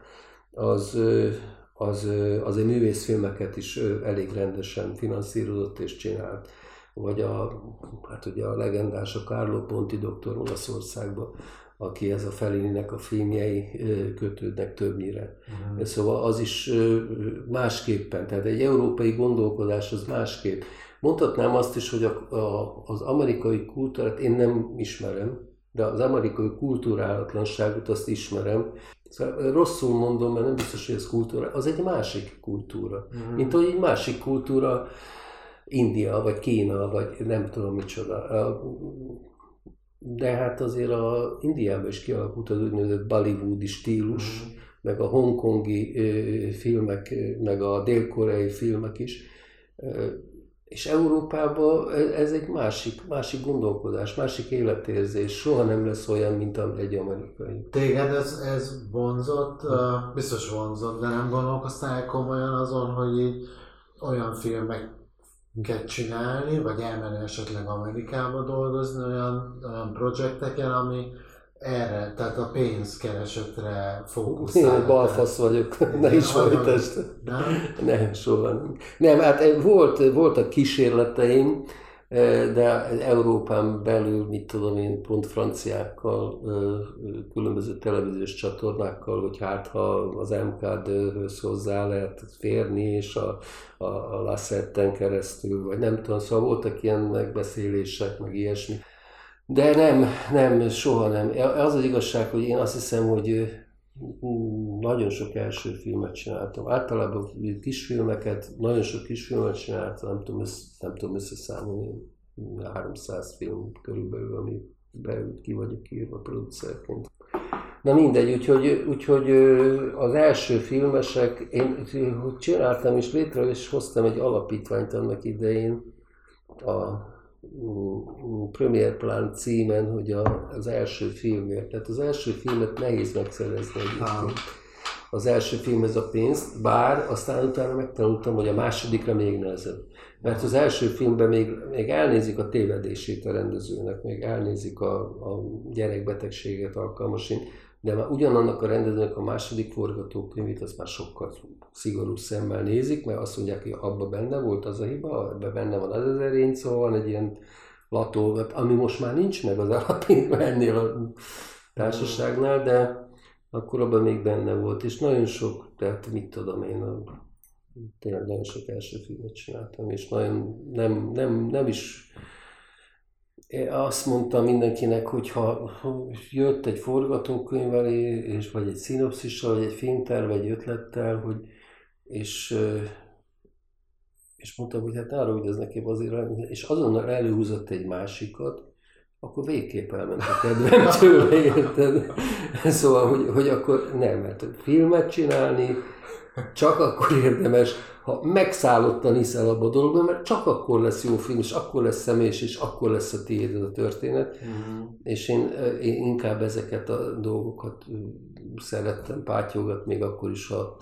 az egy művészfilmeket is elég rendesen finanszírozott és csinált. Vagy ugye a legendás a Carlo Ponti doktor Olaszországban, aki ez a Fellininek a filmjei kötődnek többnyire. Szóval az is másképpen, tehát egy európai gondolkodás az másképp. Mondhatnám azt is, hogy az amerikai kultúrát én nem ismerem, de az amerikai kulturálatlanságot azt ismerem. Szóval rosszul mondom, mert nem biztos, hogy ez kultúra, az egy másik kultúra. Mint hogy egy másik kultúra India, vagy Kína, vagy nem tudom micsoda. De hát azért Indiában is kialakult az úgynevezett bollywoodi stílus, meg a hongkongi filmek, meg a dél-koreai filmek is. És Európában ez egy másik gondolkodás, másik életérzés. Soha nem lesz olyan, mint egy amerikai. Téged ez vonzott, biztos vonzott, de nem gondolkoztál komolyan azon, hogy így olyan filmeket csinálni, vagy elmenni esetleg Amerikába dolgozni olyan projekteken, ami erre, tehát a pénzkeresetre fókuszál. Én balfasz vagyok, ne is folytasd. Nem, soha nem. Nem, hát voltak kísérleteim, de Európán belül, mit tudom én, pont franciákkal, különböző televíziós csatornákkal, hogy hát ha az MKD-höz hozzá lehet férni, és a Lassetten keresztül, vagy nem tudom, szóval voltak ilyen megbeszélések, meg ilyesmi. De nem, soha nem. Az az igazság, hogy én azt hiszem, hogy nagyon sok első filmet csináltam. Általában kisfilmeket, nagyon sok kisfilmet csináltam, nem tudom összeszámolni, 300 film körülbelül, ami beült, ki vagyok írva producerként. Na mindegy, úgyhogy az első filmesek, én csináltam és létre, és hoztam egy alapítványt annak idején, a Premier Plan címen, hogy az első filmért. Tehát az első filmet nehéz megszerezni egyébként. Az első filmhez a pénzt, bár aztán utána megtanultam, hogy a másodikra még nehezebb. Mert az első filmben még elnézik a tévedését a rendezőnek, még elnézik a gyerekbetegséget alkalmasint, de már ugyanannak a rendezőnek a második forgatókönyvét azt már sokkal szigorúbb szemmel nézik, mert azt mondják, hogy abban benne volt az a hiba, ebben benne van az erény, szóval van egy ilyen latolgat, ami most már nincs meg az alapítvány ennél a társaságnál, de akkor abban még benne volt, és nagyon sok, tehát mit tudom én, tényleg nagyon sok első filmet csináltam, és nagyon nem is. Én azt mondtam mindenkinek, hogy ha jött egy forgatókönyv elé, és vagy egy szinopszissal, vagy egy filmterv, vagy egy ötlettel, és mondtam, hogy hát arra, hogy ez nekem azért, és azonnal előhúzott egy másikat, akkor végképp elment a kedvem tőle, érted? Szóval, hogy akkor nem, mert filmet csinálni csak akkor érdemes, ha megszállottan hiszel abba a dologban, mert csak akkor lesz jó film, és akkor lesz személyes, és akkor lesz a tiéd ez a történet. És én inkább ezeket a dolgokat szerettem pátyolgatni, még akkor is, ha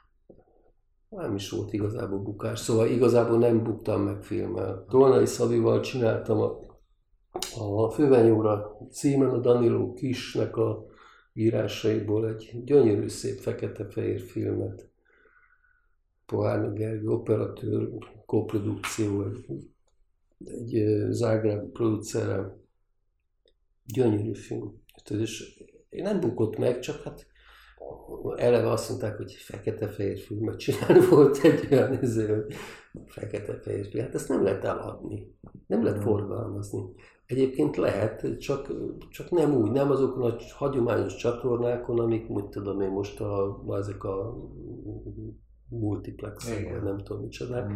nem is volt igazából bukás. Szóval igazából nem buktam meg filmmel. Tolnai Szabival csináltam a Fővenyóra címen a Danilo Kisnek a írásaiból egy gyönyörű szép fekete-fehér filmet. Pohárna Gergő operatőr, koprodukció, egy zágrábi producerrel. Gyönyörű film. És nem bukott meg, csak hát eleve azt mondták, hogy fekete-fehér filmet csinálni, volt egy olyan hogy fekete-fehér film. Hát ezt nem lehet eladni, nem lehet forgalmazni. Egyébként lehet, csak nem úgy, nem azokon a hagyományos csatornákon, amik, úgy tudom én most ezek a multiplexek, vagy nem tudom micsoda.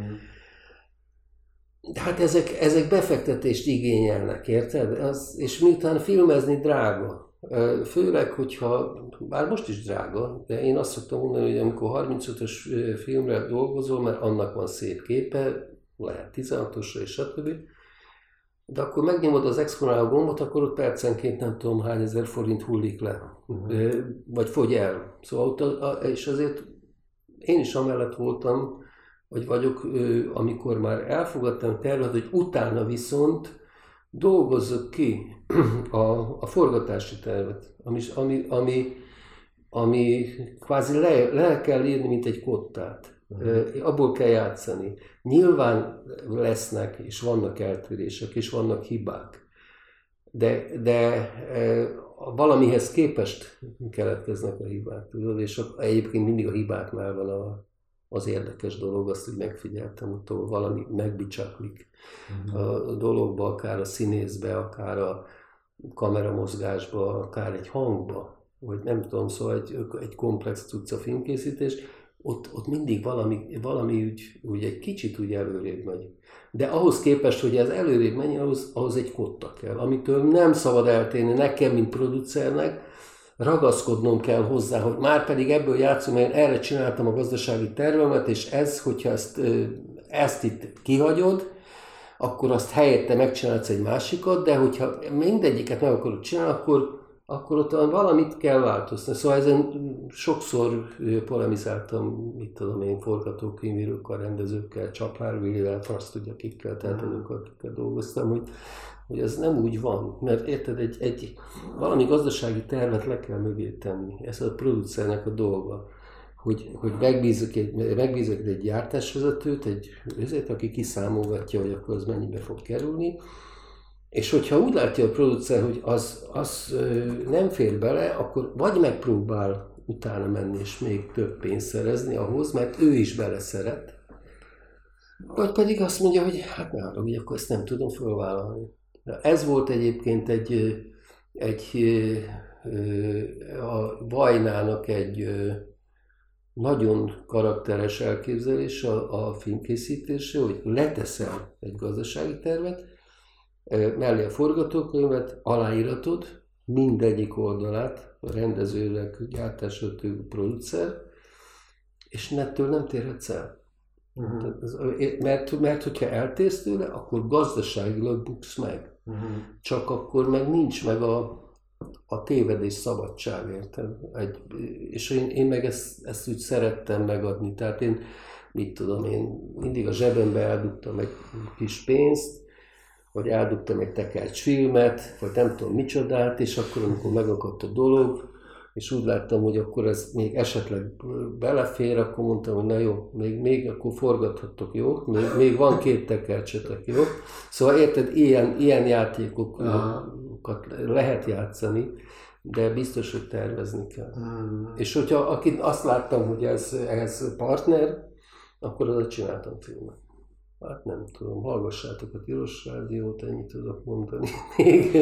De hát ezek befektetést igényelnek, érted? És miután filmezni drága, főleg, hogyha, bár most is drága, de én azt szoktam mondani, hogy amikor 35-ös filmre dolgozol, mert annak van szép képe, lehet 16-osra és stb., de akkor megnyomod az exponáló gombot, akkor ott percenként nem tudom hány ezer forint hullik le, vagy fogy el. Szóval és azért én is amellett voltam, vagy vagyok, amikor már elfogadtam tervet, hogy utána viszont dolgozzuk ki a forgatási tervet, ami kvázi le kell írni, mint egy kottát. Abból kell játszani. Nyilván lesznek, és vannak eltérések, és vannak hibák. De valamihez képest keletkeznek a hibák, tudod? És egyébként mindig a hibáknál van az érdekes dolog, azt, hogy megfigyeltem, hogy valami megbicsaklik a dologba, akár a színészbe, akár a kameramozgásba, akár egy hangba, vagy nem tudom, szóval egy komplex cucca filmkészítés, ott mindig valami úgy egy kicsit úgy előrébb megy. De ahhoz képest, hogy ez előrébb menjen, ahhoz egy kotta kell, amitől nem szabad eltérni nekem, mint producernek, ragaszkodnom kell hozzá, hogy már pedig ebből játszom, én erre csináltam a gazdasági tervemet, és hogyha ezt itt kihagyod, akkor azt helyette megcsinálsz egy másikat, de hogyha mindegyiket meg akarod csinálni, akkor ott valamit kell változtatni. Szóval ezen sokszor polemizáltam, mit tudom én, forgatókönyvírókkal, rendezőkkel, Csaplár Willivel, azt tudja kikkel, tehát azokkal, akikkel dolgoztam, hogy ez nem úgy van, mert érted, egy valami gazdasági tervet le kell mögé tenni. Ez a producernek a dolga, hogy megbízok egy gyártásvezetőt, aki kiszámolgatja, hogy akkor az mennyibe fog kerülni, és hogyha úgy látja a producer, hogy az nem fér bele, akkor vagy megpróbál utána menni és még több pénzt szerezni ahhoz, mert ő is beleszeret, vagy pedig azt mondja, hogy hát ne haragudj, akkor ezt nem tudom fölvállalni. Ez volt egyébként a Vajnának egy nagyon karakteres elképzelés a filmkészítésre, hogy leteszel egy gazdasági tervet, mellé a forgatókönyvet, aláíratod mindegyik oldalát, a rendezőnek, gyártásvezető, producer, és ettől nem térhetsz el. Mert hogyha eltérsz tőle, akkor gazdaságilag buksz meg. Csak akkor meg nincs meg a tévedés szabadság, érted? És én meg ezt úgy szerettem megadni. Tehát én, mit tudom, én mindig a zsebembe eldugtam egy kis pénzt, vagy eldugtam egy tekercs filmet, vagy nem tudom micsodát, és akkor, amikor megakadt a dolog, és úgy láttam, hogy akkor ez még esetleg belefér, akkor mondtam, hogy na jó, még akkor forgathattok, jó? Még van 2 tekercsetek, jó? Szóval érted, ilyen játékokat lehet játszani, de biztos, hogy tervezni kell. És hogyha azt láttam, hogy ez partner, akkor azzal csináltam filmet. Hát nem tudom, hallgassátok a Tilos Rádiót, ennyit tudok mondani még,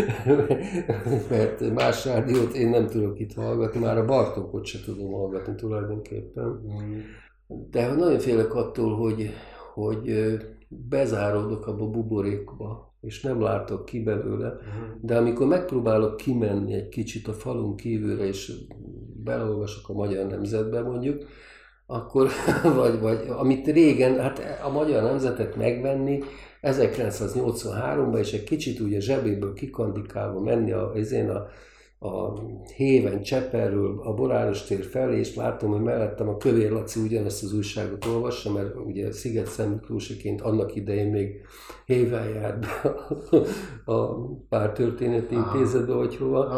mert más rádiót én nem tudok itt hallgatni, már a Bartókot se tudom hallgatni tulajdonképpen. De nagyon félek attól, hogy bezáródok abba a buborékba, és nem látok ki belőle, de amikor megpróbálok kimenni egy kicsit a falun kívülre, és beleolvasok a Magyar Nemzetbe mondjuk, akkor, vagy amit régen, hát a Magyar Nemzetet megvenni 1983-ban, és egy kicsit ugye zsebéből kikandikálva menni a Héven Cseperről a Boráros tér felé, és látom, hogy mellettem a Kövér Laci ugyanezt az újságot olvassa, mert ugye Sziget-Szent Miklósiként annak idején még Héven járt be a Pártörténeti Intézetbe, vagy hova.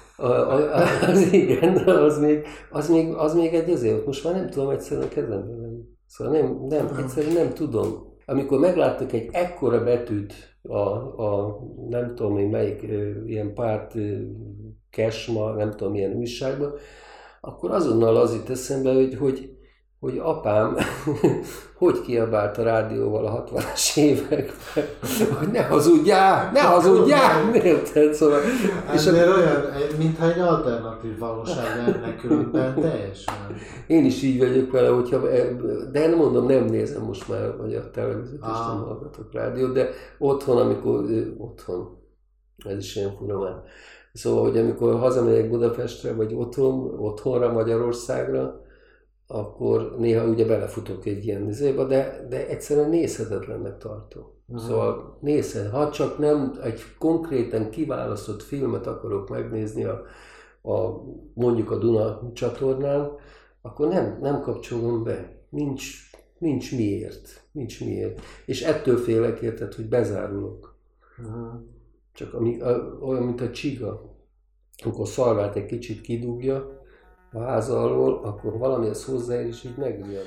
Az még egy azért, most már nem tudom egyszerűen kezembe venni. Szóval egyszerűen nem tudom. Amikor megláttok egy ekkora betűt nem tudom én melyik ilyen párt kesma, nem tudom milyen újságban, akkor azonnal az jut eszembe, hogy apám hogy kiabált a rádióval a 60-as években, hogy ne hazudjál, érted? Szóval, és olyan, mintha egy alternatív valóság lenne különben teljesen. Én is így vagyok vele, de nem mondom, nem nézem most már a magyar televíziót, és nem hallgatok rádiót, de otthon, ez is ilyen fura már. Szóval, hogy amikor hazamegyek Budapestre, vagy otthonra, Magyarországra, akkor néha ugye belefutok egy ilyen nézőbe, de egyszerűen nézhetetlennek tartom. Szóval ha csak nem egy konkrétan kiválasztott filmet akarok megnézni mondjuk a Duna csatornán, akkor nem kapcsolom be. Nincs miért. És ettől félek, érted, hogy bezárulok. Csak olyan, mint a csiga. Amikor szarvát egy kicsit kidugja a háza alól, akkor valami az hozzáér, és így megijed.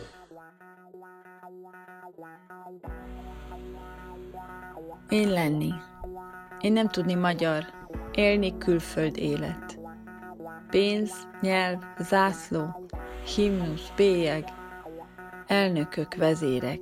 Én lenni. Én nem tudni magyar. Élni külföld élet. Pénz, nyelv, zászló, himnusz, bélyeg, elnökök, vezérek.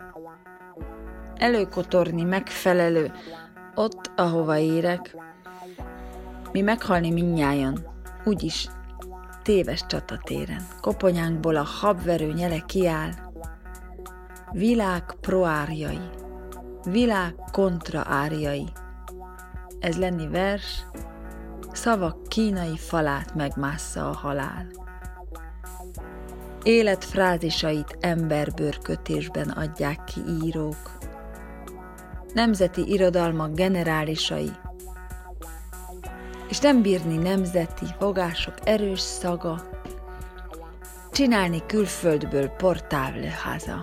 Előkotorni megfelelő, ott, ahova érek. Mi meghalni mindnyájan, úgyis téves csatatéren. Koponyánkból a habverő nyele kiáll. Világ proárjai, világ kontraárjai. Ez lenni vers, szavak kínai falát megmássza a halál. Élet frázisait emberbőrkötésben adják ki írók. Nemzeti irodalmak generálisai, és nem bírni nemzeti fogások erős szaga, csinálni külföldből portable haza,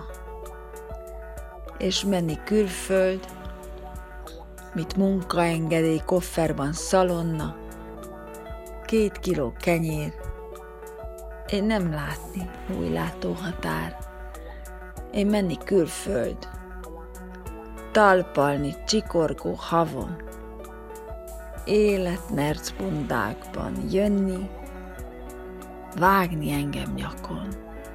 és menni külföld, mit munkaengedély kofferban szalonna, 2 kiló kenyér, én nem látni új látóhatár, én menni külföld, talpalni csikorgó havon, életnercbundákban jönni, vágni engem nyakon.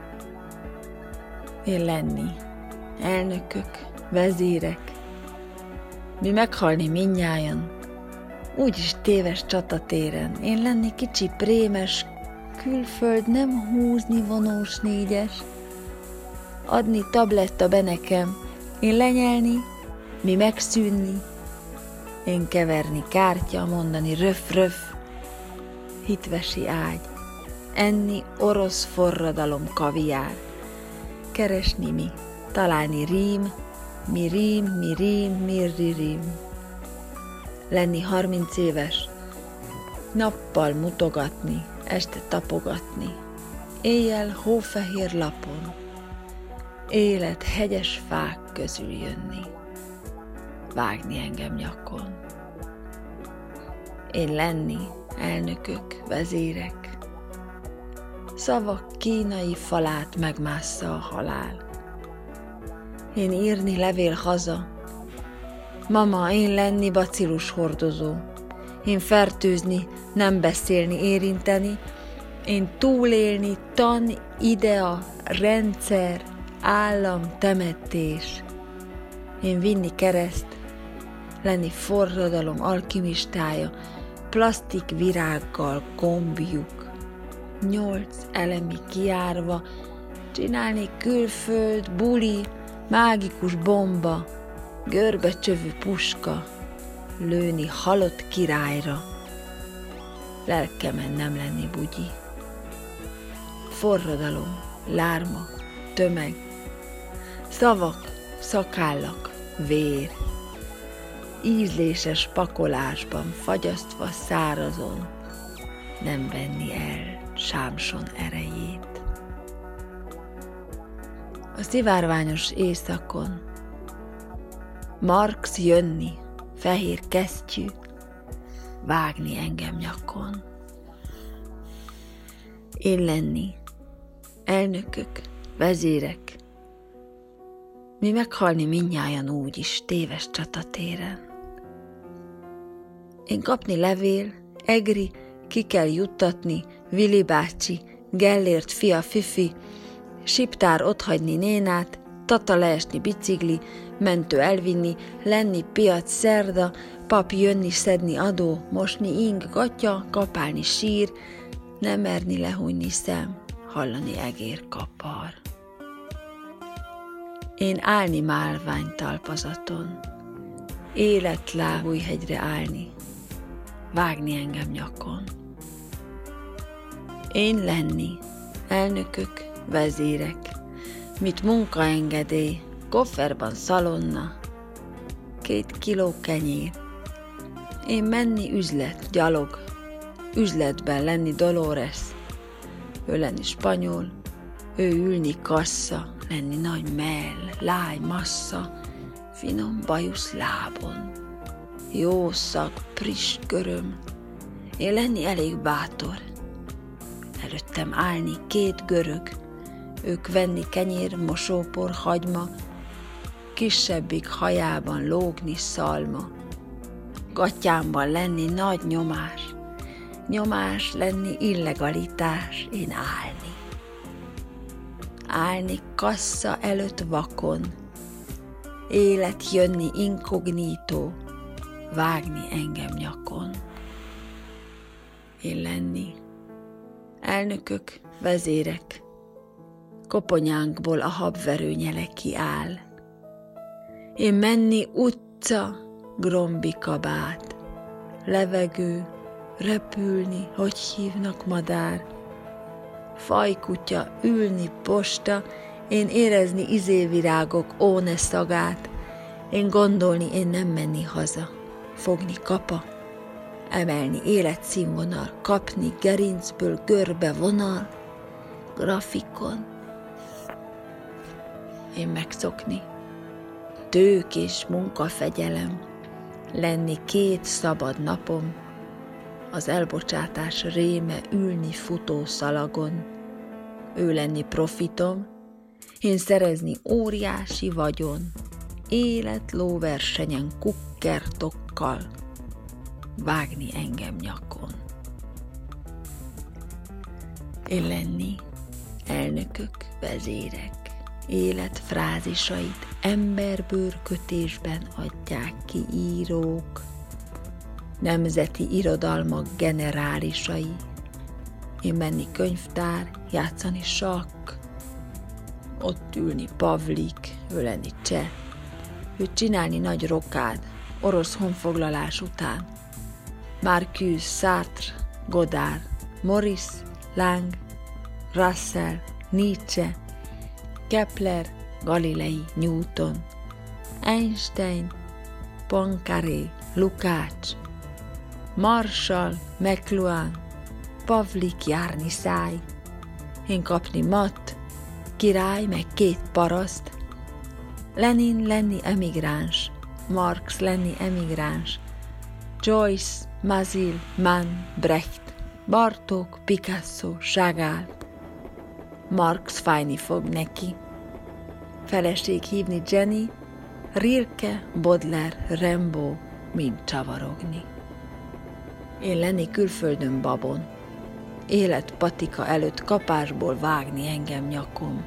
Én lenni, elnökök, vezérek, mi meghalni mindnyájan, úgyis téves csatatéren. Én lenni kicsi prémes, külföld nem húzni vonós 4-es, adni tabletta be nekem, én lenyelni, mi megszűnni, én keverni kártya, mondani röf-röf, hitvesi ágy, enni orosz forradalom kaviár, keresni mi, találni rím, mi rím, lenni 30 éves, nappal mutogatni, este tapogatni, éjjel hófehér lapon, élet hegyes fák közül jönni, vágni engem nyakon. Én lenni, elnökök, vezérek, szavak kínai falát megmássza a halál. Én írni levél haza, mama, én lenni bacillus hordozó, én fertőzni, nem beszélni, érinteni, én túlélni, tan, idea, rendszer, állam, temettés, én vinni kereszt, lenni forradalom alkimistája, plastik virággal gombjuk, 8 elemi kiárva, csinálni külföld, buli, mágikus bomba, görbecsövű puska, lőni halott királyra, lelkemen nem lenni bugyi. Forradalom, lárma, tömeg, szavak, szakállak, vér, ízléses pakolásban fagyasztva szárazon, nem venni el Sámson erejét. A szivárványos éjszakon Marx jönni, fehér kesztyű, vágni engem nyakon. Én lenni, elnökök, vezérek, mi meghalni mindnyájan úgyis téves csatatéren. Én kapni levél, egri, ki kell juttatni, Vili bácsi, Gellért fia Fifi, siptár otthagyni nénát, tata leesni bicikli, mentő elvinni, lenni piac szerda, pap jönni szedni adó, mosni ing gatya, kapálni sír, nem merni lehújni szem, hallani egér kapar. Én állni málvány talpazaton, életlábújhegyre állni, vágni engem nyakon. Én lenni, elnökök, vezérek, mit munkaengedély, kofferban szalonna, 2 kiló kenyér. Én menni üzlet, gyalog, üzletben lenni Dolores, ő lenni spanyol, ő ülni kassa, lenni nagy mell, lágy massza, finom bajusz lábon, jó szag, friss göröm, én lenni elég bátor, előttem állni 2 görög, ők venni kenyér, mosópor, hagyma, kisebbik hajában lógni szalma, gatyámban lenni nagy nyomás, nyomás lenni illegalitás, én állni. Állni kassa előtt vakon, élet jönni inkognító, vágni engem nyakon. Én lenni, elnökök, vezérek, koponyánkból a habverő nyele kiáll. Én menni utca, grombi kabát, levegő, repülni, hogy hívnak madár, fajkutya, ülni posta, én érezni izévirágok óne szagát, én gondolni, én nem menni haza, fogni kapa, emelni életszínvonal, kapni gerincből görbe vonal, grafikon, én megszokni, tők és munkafegyelem, lenni 2 szabad napom, az elbocsátás réme ülni futószalagon, ő lenni profitom, én szerezni óriási vagyon, élet lóversenyen kukkertokkal, vágni engem nyakon. Én lenni, elnökök, vezérek, élet frázisait emberbőrkötésben adják ki írók, nemzeti irodalmak generálisai, én menni könyvtár, játszani sakk, ott ülni Pavlik, ő lenni cseh, ő csinálni nagy rokád, orosz honfoglalás után, Marcuse, Sartre, Godard, Morris, Lang, Russell, Nietzsche, Kepler, Galilei, Newton, Einstein, Poincaré, Lukács, Marshall, McLuhan, Pavlik járni száj, én kapni mat, király meg 2 paraszt, Lenin lenni emigráns, Marx lenni emigráns, Joyce, Mazil, Mann, Brecht, Bartók, Picasso, Chagall. Marx fájni fog neki. Feleség hívni Jenny, Rilke, Baudelaire, Rimbaud, mind csavarogni. Én lenni külföldön babon, élet patika előtt kapásból vágni engem nyakon.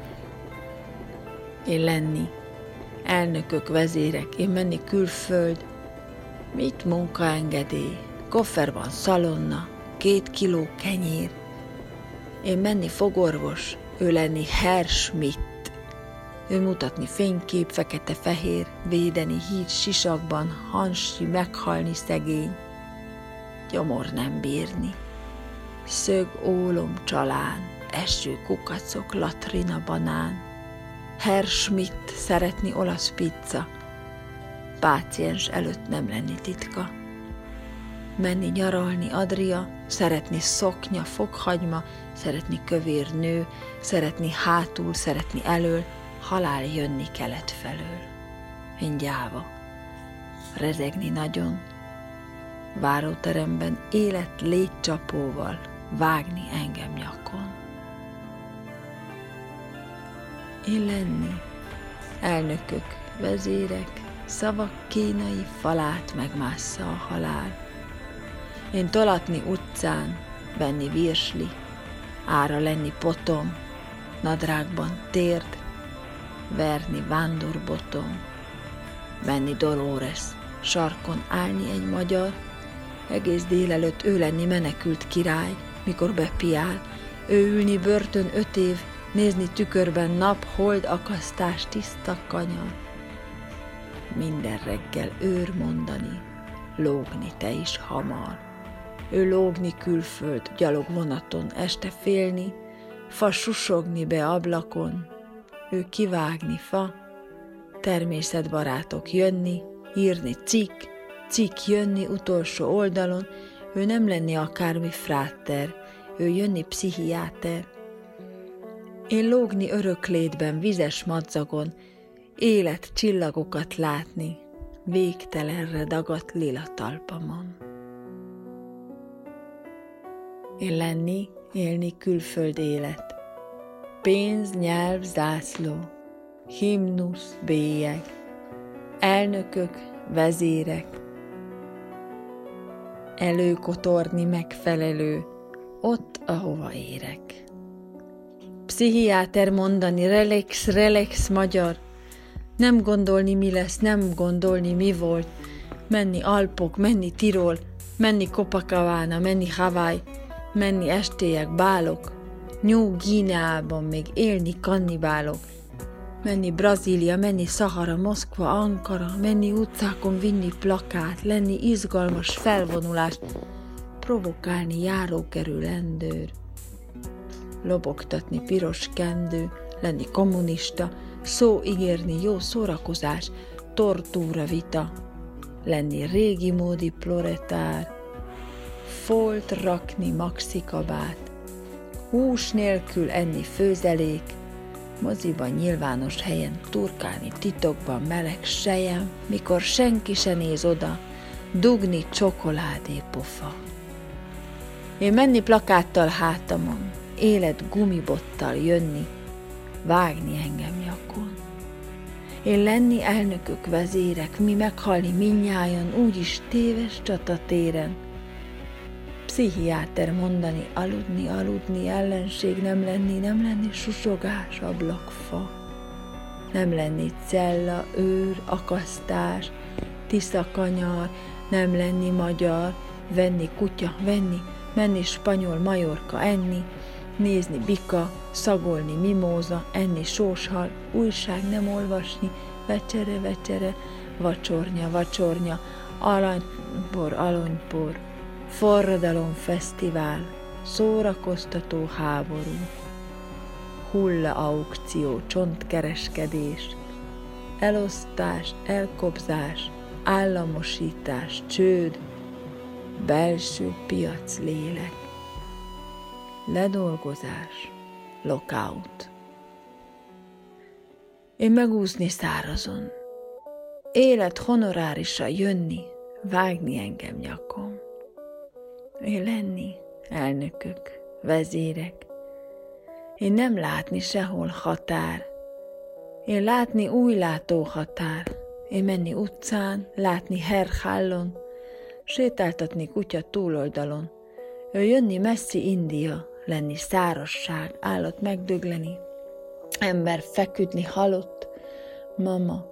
Én lenni, elnökök, vezérek, én menni külföld, mit munkaengedély, kofferban szalonna, 2 kiló kenyér, én menni fogorvos, ő lenni Herr Schmidt, ő mutatni fénykép, fekete-fehér, védeni híd sisakban, hansi meghalni szegény, gyomor nem bírni, szög ólom csalán, eső kukacok, latrina banán, Herr Schmidt szeretni olasz pizza, páciens előtt nem lenni titka, menni nyaralni Adria, szeretni szoknya, fokhagyma, szeretni kövér nő, szeretni hátul, szeretni elől, halál jönni kelet felől. Én gyáva, rezegni nagyon, váróteremben élet légycsapóval vágni engem nyakon. Én lenni, elnökök, vezérek, szavak kínai falát megmássza a halál. Én tolatni utcán, venni virsli, ára lenni potom, nadrágban térd, verni vándorbotom, menni Dolores, sarkon állni egy magyar, egész délelőtt ő lenni menekült király, mikor bepiál, ő ülni börtön 5 év, nézni tükörben nap, hold, akasztás, tiszta kanyar. Minden reggel őr mondani, lógni te is hamar. Ő lógni külföld, gyalog vonaton, este félni, fa susogni be ablakon, ő kivágni fa, természetbarátok jönni, írni cikk jönni utolsó oldalon, ő nem lenni akármi fráter, ő jönni pszichiáter. Én lógni öröklétben, vizes madzagon, élet csillagokat látni, végtelenre dagadt lila talpamon. Én lenni, élni külföld élet, pénz, nyelv, zászló, himnusz, bélyeg, elnökök, vezérek, előkotorni megfelelő, ott, ahova érek. Pszichiáter mondani, relax magyar, nem gondolni mi lesz, nem gondolni mi volt, menni Alpok, menni Tirol, menni Copacabana, menni Hawaii, menni estélyek, bálok, New Guineában még élni kannibálok, menni Brazília, menni Szahara, Moszkva, Ankara, menni utcákon vinni plakát, lenni izgalmas felvonulás, provokálni járókerül rendőr, lobogtatni piros kendő, lenni kommunista, szó ígérni jó szórakozás, tortúra vita, lenni régi módi proletár, folt rakni maxikabát, hús nélkül enni főzelék, moziban nyilvános helyen turkálni titokban meleg sejem, mikor senki se néz oda, dugni csokoládépofa. Én menni plakáttal hátamon, élet gumibottal jönni, vágni engem nyakon. Én lenni elnökök, vezérek, mi meghalni mindnyájan, úgyis téves csatatéren. Pszichiáter mondani, aludni, ellenség nem lenni, susogás, ablakfa. Nem lenni cella, őr, akasztás, tiszakanyar, nem lenni magyar, venni kutya, menni spanyol, Majorka, enni, nézni bika, szagolni mimóza, enni sóshal, újság nem olvasni, vecsere, vacsornya, alanypor, forradalomfesztivál, szórakoztató háború, hulla aukció, csontkereskedés, elosztás, elkobzás, államosítás, csőd, belső piac lélek, ledolgozás, lockout. Én megúszni szárazon, élet honorárisa jönni, vágni engem nyakon. Én lenni elnökök, vezérek, én nem látni sehol határ, én látni új látóhatár, én menni utcán, látni herhallon, sétáltatni kutya túloldalon, ő jönni messzi India, lenni szárazság, állat megdögleni, ember feküdni halott, mama,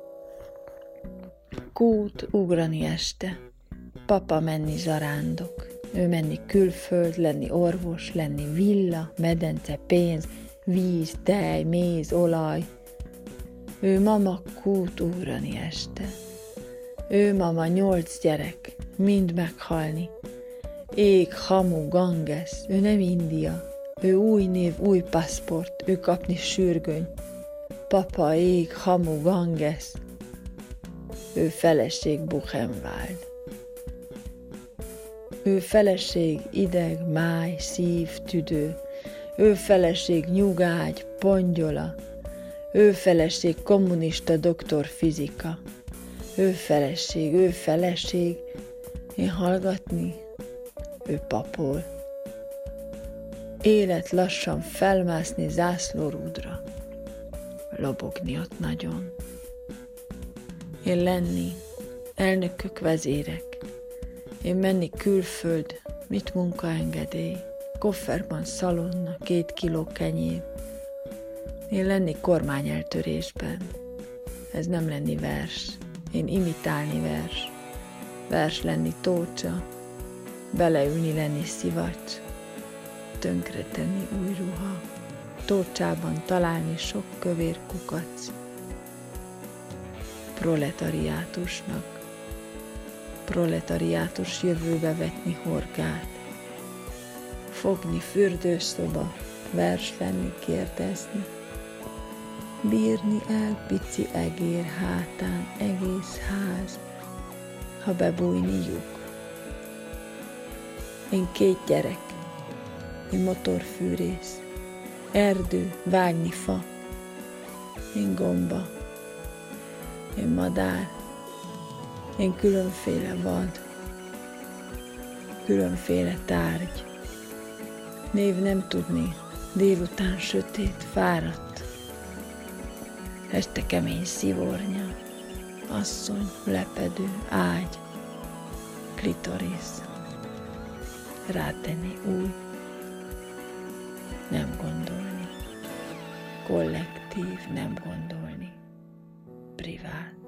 kút ugrani este, papa menni zarándok, ő menni külföld, lenni orvos, lenni villa, medence, pénz, víz, tej, méz, olaj, ő mama kút ugrani este, ő mama 8 gyerek, mind meghalni, ég, hamu, Ganges, ő nem India, ő új név, új paszport, ő kapni sürgöny, papa, ég, hamu, Ganges, ő feleség Buchenwald. Ő feleség ideg, máj, szív, tüdő, ő feleség nyugágy, pongyola, ő feleség kommunista doktor fizika, ő feleség, én hallgatni, ő papol. Élet lassan felmászni zászlórúdra, lobogni ott nagyon. Én lenni, elnökök, vezérek, én menni külföld, mit munkaengedély, kofferban szalonna, 2 kiló kenyér. Én lenni kormányeltörésben. Ez nem lenni vers. Én imitálni vers. Vers lenni tócsa. Beleülni lenni szivacs. Tönkretenni új ruha. Tócsában találni sok kövér kukac. Proletariátusnak. Proletariátus jövőbe vetni horgát. Fogni fürdőszoba, vers lenni, kérdezni. Bírni el pici egér hátán egész ház, ha bebújni lyuk. Én 2 gyerek, én motorfűrész, erdő, vágni fa, én gomba, én madár, én különféle vad, különféle tárgy. Név nem tudni, délután sötét, fáradt, este kemény szivornya, asszony, lepedő, ágy, klitorisz, rátenni új, nem gondolni, kollektív, nem gondolni, privát.